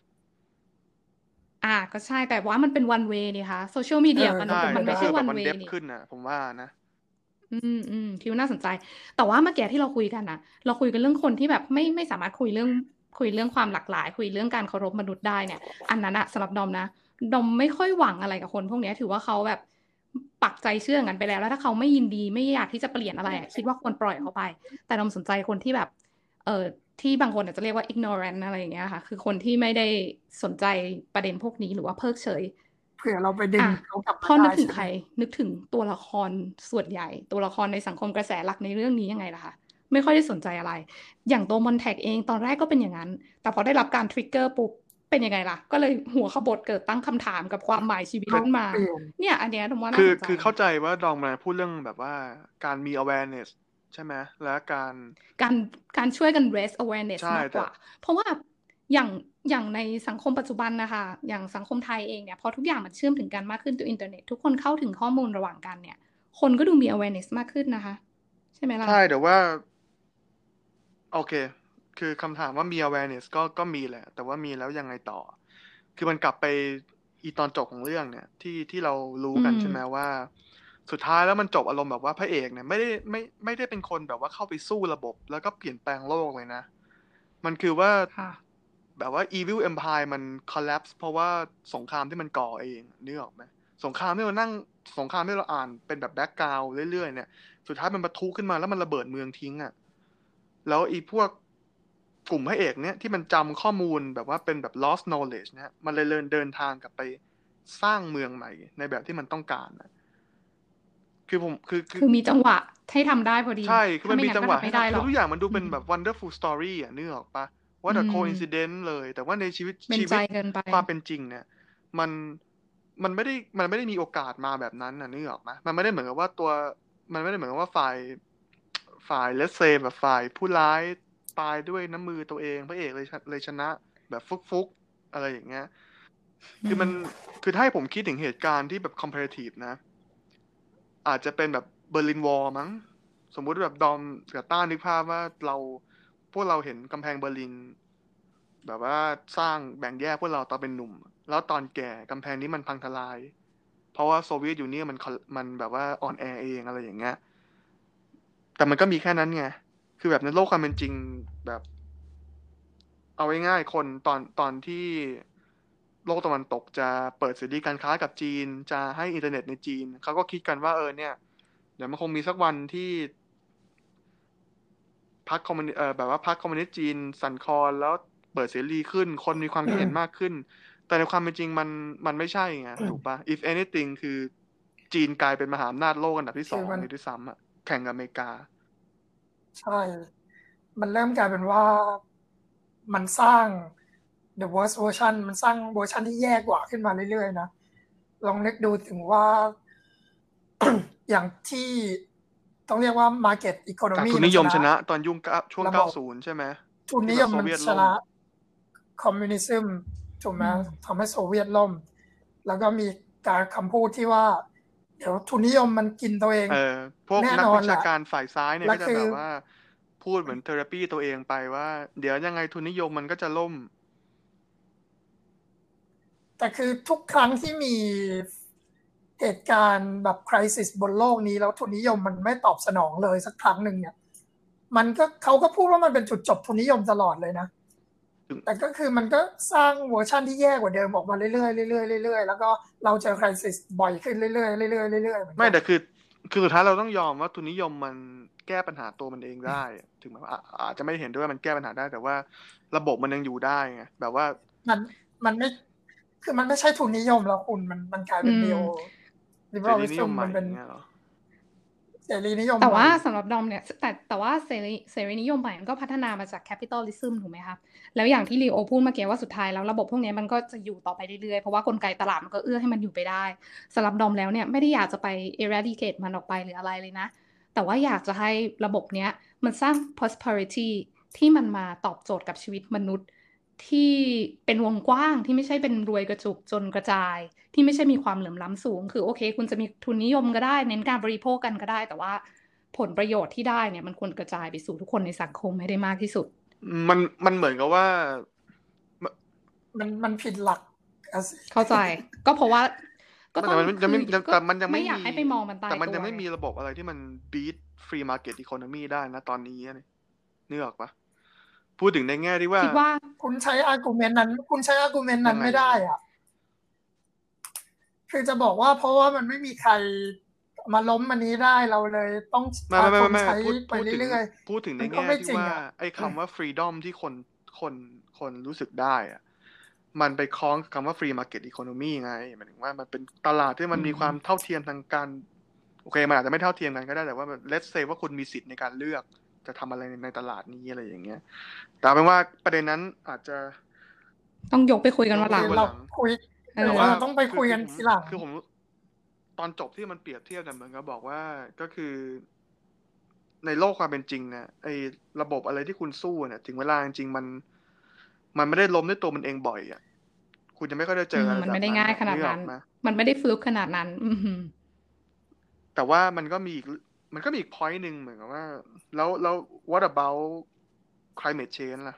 อา ก็ใช่ แต่ว่ามันเป็น one way นี่คะ Social เอ Media มันใช่ก็เป็นมัไปนไไมด่้ใช่คือแบบ one มัน way depth นี่ขึ้นน่ะ ผมว่านะอืม ๆ คิดว่าน่าสนใจ แต่ว่าเมื่อกี้ที่เราคุยกันน่ะ เราคุยกันเรื่องคนที่แบบไม่ ไม่สามารถคุยเรื่อง คุยเรื่องความหลากหลาย คุยเรื่องการเคารพมนุษย์ได้เนี่ย อันนั้นน่ะสำหรับดอมนะ ดอมไม่ค่อยหวังอะไรกับคนพวกเนี้ย ถือว่าเขาแบบ อ ปักใจเชื่ออย่างงั้นไปแล้ว แล้วถ้าเขาไม่ยินดี ไม่อยากที่จะเปลี่ยนอะไรอะ คิดว่าควรปล่อยเขาไป แต่ดอมสนใจคนที่แบบ เอ่อ ที่บางคนอาจจะเรียกว่า ignorant อะไรอย่างเงี้ยค่ะ คือคนที่ไม่ได้สนใจประเด็นพวกนี้ หรือว่าเพิกเฉยเผื่อเราไปดึองะเขากลับมพาอไดนึ้กถึใชง่ใไคหม? ร นึกถึงตัวละครส่วนใหญ่ ตัวละครในสังคมกระแสหลักในเรื่องนี้ยังไงล่ะคะ? ไม่ค่อยได้สนใจอะไร อย่างตัว Montag เองตอนแรกก็เป็นอย่างงั้น แต่พอได้รับการ trigger ปุ๊บ เป็นยังไงล่ะ ก็เลยหัวขบถเกิดตั้งคำถามกับความหมายชีวิตก็ขึ้นมาเปลี่ยนเนี่ย อันเนี้ยดอมว่าคน่าือสนใจคือเข้านะใจว่าดอมกำลังพูดเรื่องแบบว่าการมี awareness ใช่ไหม และการการ การช่วยกัน raise awareness ใช่มากแตก่ว่า เพราะว่าอย่าง อย่างในสังคมปัจจุบันน่ะค่ะ อย่างสังคมไทยเองเนี่ย พอทุกอย่างมันเชื่อมถึงกันมากขึ้นด้วยอินเทอร์เน็ต ทุกคนเข้าถึงข้อมูลระหว่างกันเนี่ย คนก็ดูมี awareness มากขึ้นนะคะ ใช่ไหมล่ใช่ะ? แต่ว่า โอเค คือคำถามว่ามี awareness ก็ ก็มีแหละ แต่ว่ามีแล้วยังไงต่อ คือมันกลับไปอีตอนจบของเรื่องเนี่ย ที่ ที่เรารู้อืกันใช่ไหมมว่า สุดท้ายแล้วมันจบอารมณ์แบบว่าพระเอกเนี่ยไม่ได้ ไม่ ไม่ได้เป็นคนแบบว่าเข้าไปสู้ระบบ แล้วก็เปลี่ยนแปลงโลกเลยนะ มันคือว่าค่ะแบบว่า Evil Empire มัน collapse เพราะว่าสงครามที่มันก่อเอง นึกออกไหม สงครามที่เรานั่ง สงครามที่เราอ่านเป็นแบบ แบ็กกราวนด์ เรื่อย ๆ เนี่ย สุดท้ายมันปะทุขึ้นมา แล้วมันระเบิดเมืองทิ้งอะ แล้วไอ้พวกกลุ่มพระเอกเนี่ย ที่มันจำข้อมูลแบบว่าเป็นแบบ lost knowledge เนี่ย มันเลยเลิน เดินทางกลับไปสร้างเมืองใหม่ในแบบที่มันต้องการน่ะ คือผม คือ คืคอือมีจังหวะให้ทำได้พอดีใช่ คือถ้ามัไนม่มีงั้นก็ทจังหวะำใไหม้่ไทด้ำ คหืรอกอทุกอย่างมันดูอืเป็นแบมบ wonderful story อะ นึกออกเปล่าอ What ื a ม coincidence เลย แต่ว่าในชีวิตเป็นใจชีวิตเกินไปความเป็นจริงเนี่ย มัน มันไม่ได้ มันไม่ได้มีโอกาสมาแบบนั้นน่ะ นึกออกไหม มันไม่ได้เหมือนกับว่าตัว มันไม่ได้เหมือนกับว่าฝ่าย ฝ่าย let's say แบบฝ่ายผู้ร้ายตายด้วยน้ำมือตัวเอง พระเอกเลย ช เลยชนะแบบฟลุก ๆ อะไรอย่างเงี้ยอืคือมันมคือถ้าให้ผมคิดถึงเหตุการณ์ที่แบบ comparative นะ อาจจะเป็นแบบ Berlin Wall มั้ง สมมุติแบบดอมกับต้านึกภาพว่าเรา พวกเราเห็นกำแพงเบอร์ลิน แบบว่าสร้างแบ่งแยกพวกเราตอนเป็นหนุ่ม แล้วตอนแก่กำแพงนี้มันพังทลาย เพราะว่าโซเวียตยูเนี่ยนมัน ค มันแบบว่าอ่อนแอเอง อะไรอย่างเงี้ย แต่มันก็มีแค่นั้นไง คือแบบในโลกความเป็นจริงแบบ เอาง่าย ๆ คนตอน ตอนที่โลกตะวันตกจะเปิดเสรีการค้ากับจีน จะให้อินเทอร์เน็ตในจีน เขาก็คิดกันว่า เออ เนี่ย เดี๋ยวมันคงมีสักวันที่ พรรคคอมมิวนิ เอ่อ แบบว่าพรรคคอมมิวนิสต์จีนสั่นคลอน แล้วเปิดเสรีขึ้น คนมีความคิดเห็นมากขึ้น แต่ในความเป็นจริงมัน มันไม่ใช่ไง ถูกเปล่า if anything คือจีนกลายเป็นมหาอำนาจโลกอันดับที่คสือองมันเลยด้วยซ้ำอะ แข่งกับอเมริกาใช่ มันเริ่มกลายเป็นว่ามันสร้าง the worst version มันสร้างเวอร์ชันที่แย่กว่าขึ้นมาเรื่อยๆนะลองนึกดูถึงว่า อย่างที่ต้องเรียกว่า market จาก economy ทุนมันินยชมชนะนะตอนยุ่งเก้าช่วงระบเก้าบสิบ ใช่ไหมทุนนิที่ยแบบมโซมันเวียตชล่มนะคอมมิวนิซึมถูกไหมอืมทำให้โซเวียตล่ม แล้วก็มีการคำพูดที่ว่า เดี๋ยวทุนนิยมมันกินตัวเองเออพวกแน่นักนอวินแหชาละการฝ่ายซ้ายเนี่ยแล้ก็วจะคืแบอบว่าพูดเหมือนเทอราปีตัวเองไปว่า เดี๋ยวยังไงทุนนิยมมันก็จะล่มแต่คือทุกครั้งที่มีเหตุการณ์แบบ crisis บนโลกนี้ แล้วทุนนิยมมันไม่ตอบสนองเลยสักครั้งหนึ่งเนี่ย มันก็เขาก็พูดว่ามันเป็นจุดจบทุนนิยมตลอดเลยนะถึงแต่ก็คือมันก็สร้างเวอร์ชันที่แย่กว่าเดิมออกมาเรื่อยๆเรื่อยๆเรื่อยๆแล้วก็เราเจอ crisis บ่อยขึ้นเรื่อยๆเรื่อยๆเรื่อยๆเหมือนไม่กัแต่นคือ คือสุดท้ายเราต้องยอมว่าทุนนิยมมันแก้ปัญหาตัวมันเองได้ ถึงแม้ว่าอาอาจจะไม่เห็นด้วยว่ามันแก้ปัญหาได้ แต่ว่าระบบมันยังอยู่ได้ไง แบบว่ามัน มันไม่ คือมันไม่ใช่ทุนนิยมแล้วคุณ มัน มันกลายอืเป็นม neo เสรีนิย liberalism มใหมัม่นเป็นอย่างเงี้ยเหรอ? เสรีนิยมแต่ใหว่ม่าสำหรับดอมเนี่ย ส แต่ แต่ว่าเสรี เสรีนิยมใหม่มันก็พัฒนามาจาก capitalism ถูกไหมคะ แล้วอย่างที่ลีโอพูดเมื่อกี้ว่าสุดท้ายแล้วระบบพวกเนี้ยมันก็จะอยู่ต่อไปเรื่อยๆ เพราะว่ากลไกตลาดมันก็เอื้อให้มันอยู่ไปได้ สำหรับดอมแล้วเนี่ยไม่ได้อยากจะไป eradicate มันออกไปหรืออะไรเลยนะ แต่ว่าอยากจะให้ระบบเนี้ยมันสร้าง prosperity ที่มันมาตอบโจทย์กับชีวิตมนุษย์ ที่เป็นวงกว้าง ที่ไม่ใช่เป็นรวยกระจุกจนกระจาย ที่ไม่ใช่มีความเหลื่อมล้ำสูง คือโอเค คุณจะมีทุนนิยมก็ได้ เน้นการบริโภคกันก็ได้ แต่ว่าผลประโยชน์ที่ได้เนี่ยมันควรกระจายไปสู่ทุกคนในสังคมให้ได้มากที่สุดอืม มัน มันเหมือนกับว่า มมัน มันผิดหลักอะสิเข้าใจ ก็เพราะว่า ก็ไม่ต้แตอ่งมันคยังคืไม่อยังก็แต่มันยังไม่ไม่อยากมีให้ไปมองมันตาแต่ยมันตัยังวไม่ไงมีระบบอะไรที่มัน beat free market economy ได้ ณ ตอนนี้อะ นึกออกเปล่า? พูดถึงในแง่ที่ว่าคิดว่าคุณใช้ argument นั้น คุณใช้ argument นั้ยันงไงไม่ยัได้งไง? อะ คือจะบอกว่า เพราะว่ามันไม่มีใครมาล้มอันนี้ได้ เราเลยต้องไม่พาไม่คนไม่ใช้พูดไปพูดถึงเรื่อยพูดถึงๆในมันแงก็่ไม่ที่จริงว่าอะไอ้คำว่า freedom ที่คน คน คนรู้สึกได้อะ มันไปคล้องกับคำว่า free market economy ไง หมายถึงว่า มันเป็นตลาดที่มัอืนมีความมเท่าเทียมทางการ โอเค มันอาจจะไม่เท่าเทียมกันก็ได้ แต่ว่าแบบ let's say ว่าคุณมีสิทธิ์ในการเลือกจะทำอะไรในตลาดนี้ อะไรอย่างเงี้ย แต่เอาเป็นว่าประเด็นนั้นอาจจะต้องยกไปคุยกันยกวันไปหลัคุงยวันเราหลังคุยเอแต่อว่าเราต้องไปคือคุยคืกัอน ผมทีหลังคือผม ตอนจบที่มันเปรียบเทียบเนี่ย เหมือนกับบอกว่า ก็คือ ในโลกความเป็นจริงเนี่ย ไอ้ระบบอะไรที่คุณสู้เนี่ย ถึงเวลาจริง ๆ มัน มันไม่ได้ล้มด้วยตัวมันเองบ่อยอะ คุณจะไม่ค่อยได้เจอือมอะไรมันแบไม่บได้นั้นง่ายน่ะขนานึดกอนั้อน กไหม? มันไม่ได้ fluke ขนาดนั้น อือฮึแต่ว่ามันก็มีอีก ร มันก็มีอีก พ็อยนต์ หนึ่งเหมือนกับว่า แล้ว แล้ว what about climate change ล่ะ?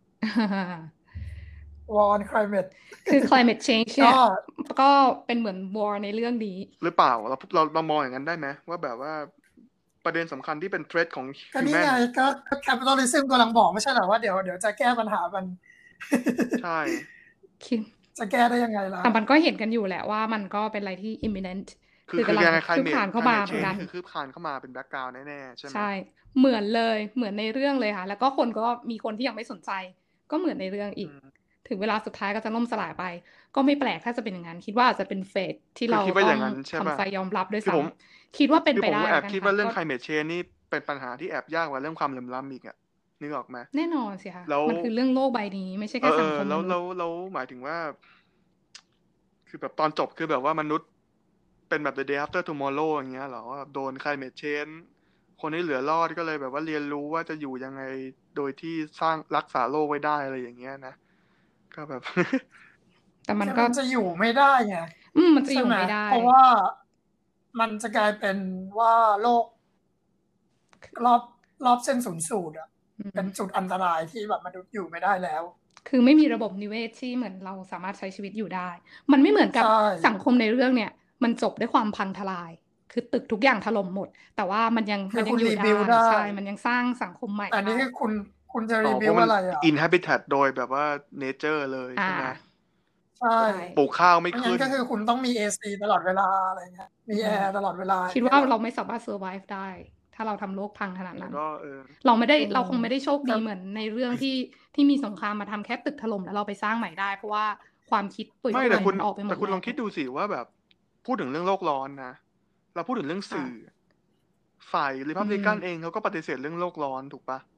war on climate คือ climate change กเนี่็ย ก็เป็นเหมือน war ในเรื่องนี้หรือเปล่า? เรา พ เรา เรามองอย่างนั้นได้ไหม? ว่าแบบว่าประเด็นสำคัญที่เป็น threat ของก็นี่ human ไงอะก็ ก็ capitalism กำลังบอกไม่ใช่เหรอว่า เดี๋ยว เดี๋ยวจะแก้ปัญหามันใช่คิดจะแก้ได้ยังไงล่ะ? แต่มันก็เห็นกันอยู่แหละว่า มันก็เป็นอะไรที่ imminent คืคืออ คืกำอลังยังไงคืบคลา climate นเข้ามา climate เหมือน change กันี่นคือคืบคลานเข้ามาเป็น แบ็กกราวนด์ แน่ ๆ ใช่ไหม? ใช่ เหมือนเลย เหมือนในเรื่องเลยค่ะ แล้วก็คนก็ มีคนที่ยังไม่สนใจ ก็เหมือนในเรื่องอีอืกมถึงเวลาสุดท้ายก็จะล่มสลายไป ก็ไม่แปลกถ้าจะเป็นอย่างนั้น คิดว่าอาจจะเป็น fate ที่คืเรอาคิดว่าต้อองย่างงั้นใช่ทำเปล่า? ใจยอมรับด้วยคือซ้ผมำ คิดว่าเป็นคือไปผมได้ก็แแลอ้วกันบคิดค่ว่าะเรื่อกง็ climate change นี่เป็นปัญหาที่แอบยากกว่าเรื่องความเหลื่อมล้ำอีกอะ นึกออกไหม? แน่นอนสิคะแล้วมันคือเรื่องโลกใบนี้ ไม่ใช่เแอค่สังอ ๆ แล้คมมวนุแลษย์้ว แล้วหมายถึงว่า คือแบบตอนจบ คือแบบว่ามนุษย์เป็นแบบ the day after tomorrow อย่างเงี้ยเหรอ? ว่าแบบโดน climate change คนที่เหลือรอดก็เลยแบบว่าเรียนรู้ว่าจะอยู่ยังไง โดยที่สร้าง รักษาโลกไว้ได้ อะไรอย่างเงี้ยนะ ก็แบบแต่มัคนคือก็มันจะอยู่ไม่ได้ไงอืม มันจะใชอยู่ไหม? ไม่ได้เพราะว่ามันจะกลายเป็นว่าโลก รอบ รอบเส้นศูนย์สูตรอะอืเป็นมจุดอันตรายที่แบบมนุษย์อยู่ไม่ได้แล้วคือไม่มีระบบนิเวศที่เหมือนเราสามารถใช้ชีวิตอยู่ได้ มันไม่เหมือนกัใชบ่สังคมในเรื่องเนี่ย มันจบด้วยความพังทลาย คือตึกทุกอย่างถล่มหมด แต่ว่ามันยังคืมัอนยัคุงณอยู่ได้ rebuild ได้ใช่ มันยังสร้างสังคมใหม่แต่อันไดนี้้คือคุณ คุณจะอ๋อ เพราะ rebuild มันอะไรอะ? inhabited โดยแบบว่า เนเชอร์ เลยอใชา่ไหม? ใช่ใช่ปลูกข้าวไม่ไม่ขงั้ึ้นนก็คือคุณต้องมี เอ ซี ตลอดเวลา อะไรเงี้ย มีอืแอมร์ตลอดเวลาคิดอย่งว่เงี้ายเหรอ? เราไม่สามารถ survive ได้ ถ้าเราทำโลกพังขนาดแลน้ั้นวก็ เออเราไม่ได้อืมเราคงไม่ได้โชคครดีับเหมือนในเรื่องที่ ที่มีสงครามมาทำแค่ตึกถล่ม แล้วเราไปสร้างใหม่ได้ เพราะว่าความคิดเปื่อยไม่เปื่แต่อยคุณมันออกไปหมแต่ดคุณแลลองคิด้วดูสิว่าแบบ พูดถึงเรื่องโลกร้อนนะ เราพูดถึงเรื่องค่สื่ะอ ฝ่ายอื Republican มเองเขาก็ปฏิเสธเรื่องโลกร้อน ถูกเปล่า?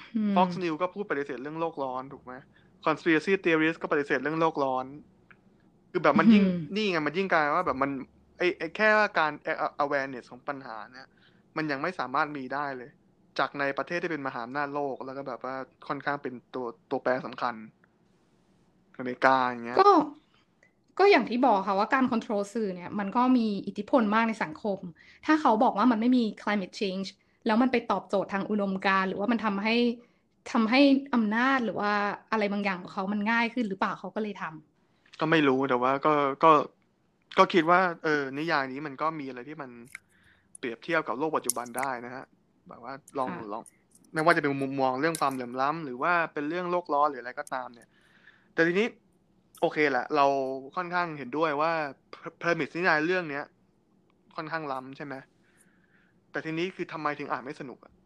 อืม Fox News ก็พูดปฏิเสธเรื่องโลกร้อนถูกไหม Conspiracy Theorist ก็ปฏิเสธเรื่องโลกร้อนคือแบบมันยิ่งอืมนี่ไงมันยิ่งกลายว่าแบบมันไอ้ไอ้แค่ว่าการ awareness ของปัญหาเนี่ยมันยังไม่สามารถมีได้เลย จากในประเทศที่เป็นมหาอำนาจโลกแล้วก็แบบว่าค่อนข้างเป็นตัวตัวแปรสำคัญอเมริกาอย่างเงี้ยก็ก็อย่างที่บอกค่ะว่าการ control สื่อเนี่ยมันก็มีอิทธิพลมากในสังคม ถ้าเขาบอกว่ามันไม่มี climate change แล้วมันไปตอบโจทย์ทางอุดมการณ์หรือว่ามันทำให้ทำให้อำนาจหรือว่าอะไรบางอย่างของเขามันง่ายขึ้นหรือเปล่าเขาก็เลยทำก็ไม่รู้แต่ว่าก็ก็ก็คิดว่าเออนิยายนี้มันก็มีอะไรที่มันเปรียบเทียบกับโลกปัจจุบันได้นะฮะแบบว่าลองค่ะลองไม่ว่าจะเป็นมุมมองเรื่องความเหลื่อมล้ำหรือว่าเป็นเรื่องโลกร้อนหรืออะไรก็ตามเนี่ย แต่ทีนี้โอเคแหละเราค่อนข้างเห็นด้วยว่าเพอร์มิสนิยายเรื่องเนี้ยค่อนข้างล้ำใช่ไหมแต่ทีนี้คือทำไมถึงอ่านไม่สนุกอะ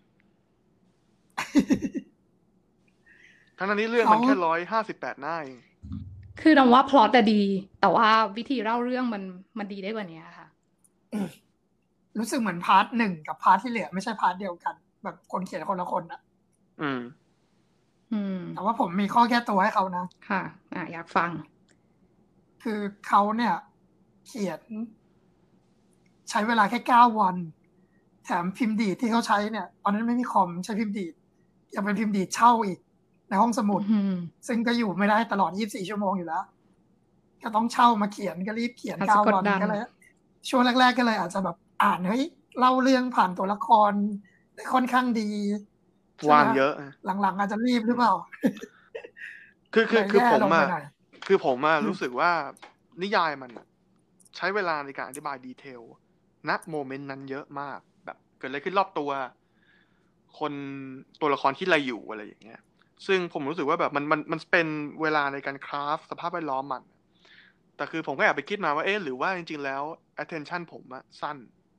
ทั้งนั้นนี้เรื่องมันแค่ร้อยห้าสิบแปดหน้าเองคือดำว่าพล็อตอะดี แต่ว่าวิธีเล่าเรื่องมันมันดีได้กว่านี้ค่ะรู้สึกเหมือนพาร์ทหนึ่งกับพาร์ทที่เหลือไม่ใช่พาร์ทเดียวกัน แบบคนเขียนคนละคนอะอืมอืมแต่ว่าผมมีข้อแก้ตัวให้เขานะค่ะ อ่ะอยากฟังคือเขาเนี่ยเขียน ใช้เวลาแค่เก้าวัน แถมพิมพ์ดีดที่เขาใช้เนี่ยตอนนั้นไม่มีคอมใช้พิมพ์ดีดยังเป็นพิมพ์ดีดเช่าอีก ในห้องสมุดอืมซึ่งก็อยู่ไม่ได้ตลอดยี่สิบสี่ชั่วโมงอยู่แล้ว ก็ต้องเช่ามาเขียนก็รีบเขียนอาจจะเก้ากดวันดันก็เลยช่วงแรก ๆ ก็เลยอาจจะแบบอ่านเฮ้ยเล่าเรื่องผ่านตัวละครได้ค่อนข้างดีใช่ไหมว่างเยอะหลังๆอาจจะรีบหรือเปล่าคือคือเลยคือแย่ผมลงไปอะหน่อยคือผมอะรู้สึกว่านิยายมันอะใช้เวลาในการอธิบายดีเทลณโมเมนต์นั้นเยอะมากแบบเกิดอะไรขึ้นรอบตัว คนตัวละครคิดอะไรอยู่อะไรอย่างเงี้ย ซึ่งผมรู้สึกว่าแบบมันมันมันเป็นเวลาในการคราฟสภาพแวดล้อมมัน แต่คือผมก็แอบไปคิดมาว่าเอ๊ะหรือว่าจริงๆแล้ว attention ผมอะสั้น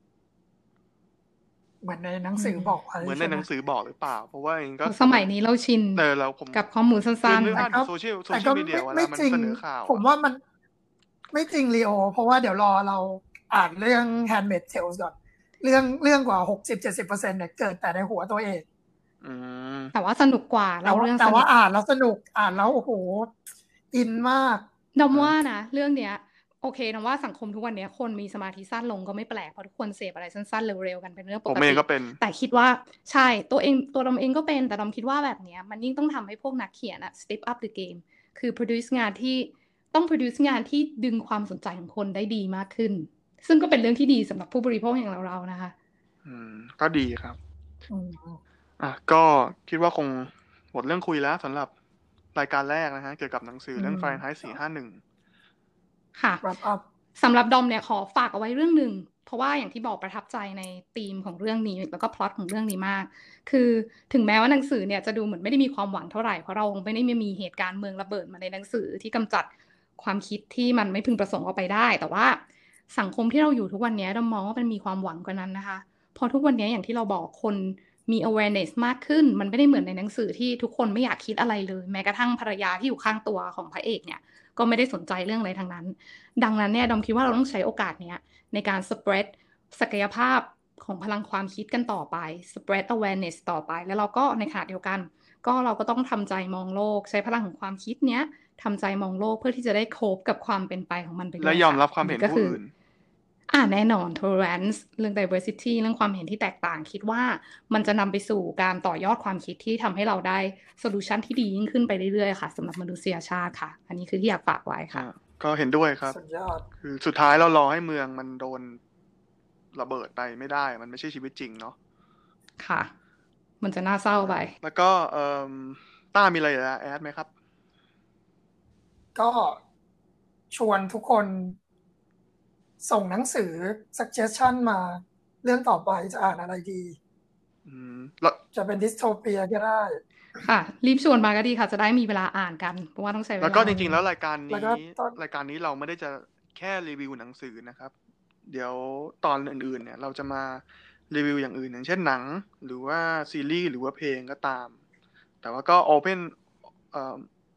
เหมือนในหนังสือบอกไว้เหมือนในใช่หไหมนังสือบอกหรือเปล่า เพราะว่าเองก็สมัยนี้เราชินเออเราผมกับข้อมูลคืสั้อน นึกๆภาพแต่ก็โซเชียลโซแต่เชีก็ยลมีเดียไม่เวไม่ลามันจริงเสนอข่าวผมอะว่ามันไม่จริงลีโอ เพราะว่าเดี๋ยวรอเราอ่านเรื่อง Handmaid's Tale ก่อน เรื่องเรื่องกว่า หกสิบเจ็ดสิบเปอร์เซ็นต์ เนี่ยเกิดแต่ในหัวตัวเองอืมแต่ว่าสนุกกว่าแต่เราว่าเรื่องแต่สนุว่าก อ่านแล้วสนุกอ่านแล้วโอ้โหอินมากดำว่านะเรื่องเนี้ยโอเคดำว่าสังคมทุกวันเนี้ยคนมีสมาธิสั้นลงก็ไม่แปลกเพราะทุกคนเสพอะไรสั้นๆเร็วๆกันเป็นเรื่องปผมกเอติงก็เป็นแต่คิดว่าใช่ตัวเองตัวดำเองก็เป็นแต่ดำคิดว่าแบบเนี้ยมันยิ่งต้องทำให้พวกนักเขียนอะ step up the game คือ produce งานที่ต้อง produce งานที่ดึงความสนใจของคนได้ดีมากขึ้น ซึ่งก็เป็นเรื่องที่ดีสำหรับผู้บริโภคอย่างเราๆนะคะอืม ก็ดีครับอืมอ่ะก็คิดว่าคงหมดเรื่องคุยแล้วสำหรับรายการแรกนะฮะ เกี่ยวกับหนังสือเรื่องอืม Fahrenheit สี่ห้าหนึ่งค่ะ wrap up สำหรับดอมเนี่ยขอฝากเอาไว้เรื่องหนึ่งเพราะว่าอย่างที่บอกประทับใจในธีมของเรื่องนี้แล้วก็พล็อตของเรื่องนี้มาก คือถึงแม้ว่าหนังสือเนี่ยจะดูเหมือนไม่ได้มีความหวังเท่าไหร่เพราะเราไม่ได้มีเหตุการณ์เมืองระเบิดมาในหนังสือที่กำจัดความคิดที่มันไม่พึงประสงค์ออกไปได้ แต่ว่าสังคมที่เราอยู่ทุกวันนี้ดอมมองว่ามันมีความหวังกว่านั้นนะคะเพราะทุกวันนี้อย่างที่เราบอกคนมี awareness มากขึ้นมันไม่ได้เหมือนในหนังสือที่ทุกคนไม่อยากคิดอะไรเลยแม้กระทั่งภรรยาที่อยู่ข้างตัวของพระเอกเนี่ยก็ไม่ได้สนใจเรื่องอะไรทั้งนั้นดังนั้นเนี่ยดอมคิดว่าเราต้องใช้โอกาสเนี้ยในการ spread ศักยภาพของพลังความคิดกันต่อไป spread awareness ต่อไปแล้วเราก็ในขณะเดียวกันก็เราก็ต้องทำใจมองโลกใช้พลังของความคิดเนี้ยทำใจมองโลกเพื่อที่จะได้โคฟกับความเป็นไปของมันไปด้วยและยอมรับะความเห็นก็ผู้คืออื่นอ่าแน่นอน tolerance เรื่อง diversity เรื่องความเห็นที่แตกต่างคิดว่ามันจะนำไปสู่การต่อยอดความคิดที่ทำให้เราได้ solution ที่ดียิ่งขึ้นไปเรื่อยๆค่ะสำหรับมนุษยชาติค่ะ อันนี้คือที่อยากฝากไว้ค่ะอ่าก็เห็นด้วยครับสุดยอดคือสุดท้ายเรารอให้เมืองมันโดนระเบิดไปไม่ได้ มันไม่ใช่ชีวิตจริงเนาะค่ะ มันจะน่าเศร้าไปแล้วก็เอ่อต้ามีอะไรจะแอดไหมครับก็ชวนทุกคนส่งหนังสือ suggestion มาเรื่องต่อไปจะอ่านอะไรดีอืมแล้วจะเป็นดิสโทเปียก็ได้ค่ะ รีบชวนมาก็ดีค่ะ จะได้มีเวลาอ่านกัน เพราะว่าต้องใช้เวลาแล้วก็จริงๆแล้วรายการแล้วนี้ก็ตอนรายการนี้เราไม่ได้จะแค่รีวิวหนังสือนะครับ เดี๋ยวตอนอื่นๆเนี่ยเราจะมารีวิวอย่างอื่นอย่างเช่นหนัง หรือว่าซีรีส์หรือว่าเพลงก็ตาม แต่ว่าก็ open เอ่อ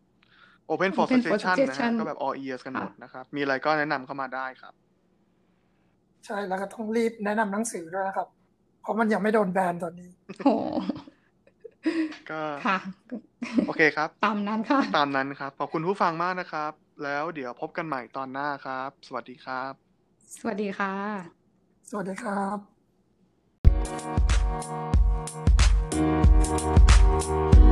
open for Open for suggestion นะฮะ suggestion ก็แบบ all ears กันหมดค่ะนะครับ มีอะไรก็แนะนำเข้ามาได้ครับใช่แล้วก็ต้องรีบแนะนำหนังสือด้วยนะครับ เพราะมันยังไม่โดนแบนตอนนี้โหก็ค่ะโอเคครับตามนั้นค่ะตามนั้นครับ ขอบคุณผู้ฟังมากนะครับ แล้วเดี๋ยวพบกันใหม่ตอนหน้าครับ สวัสดีครับสวัสดีค่ะสวัสดีครับ Thank you.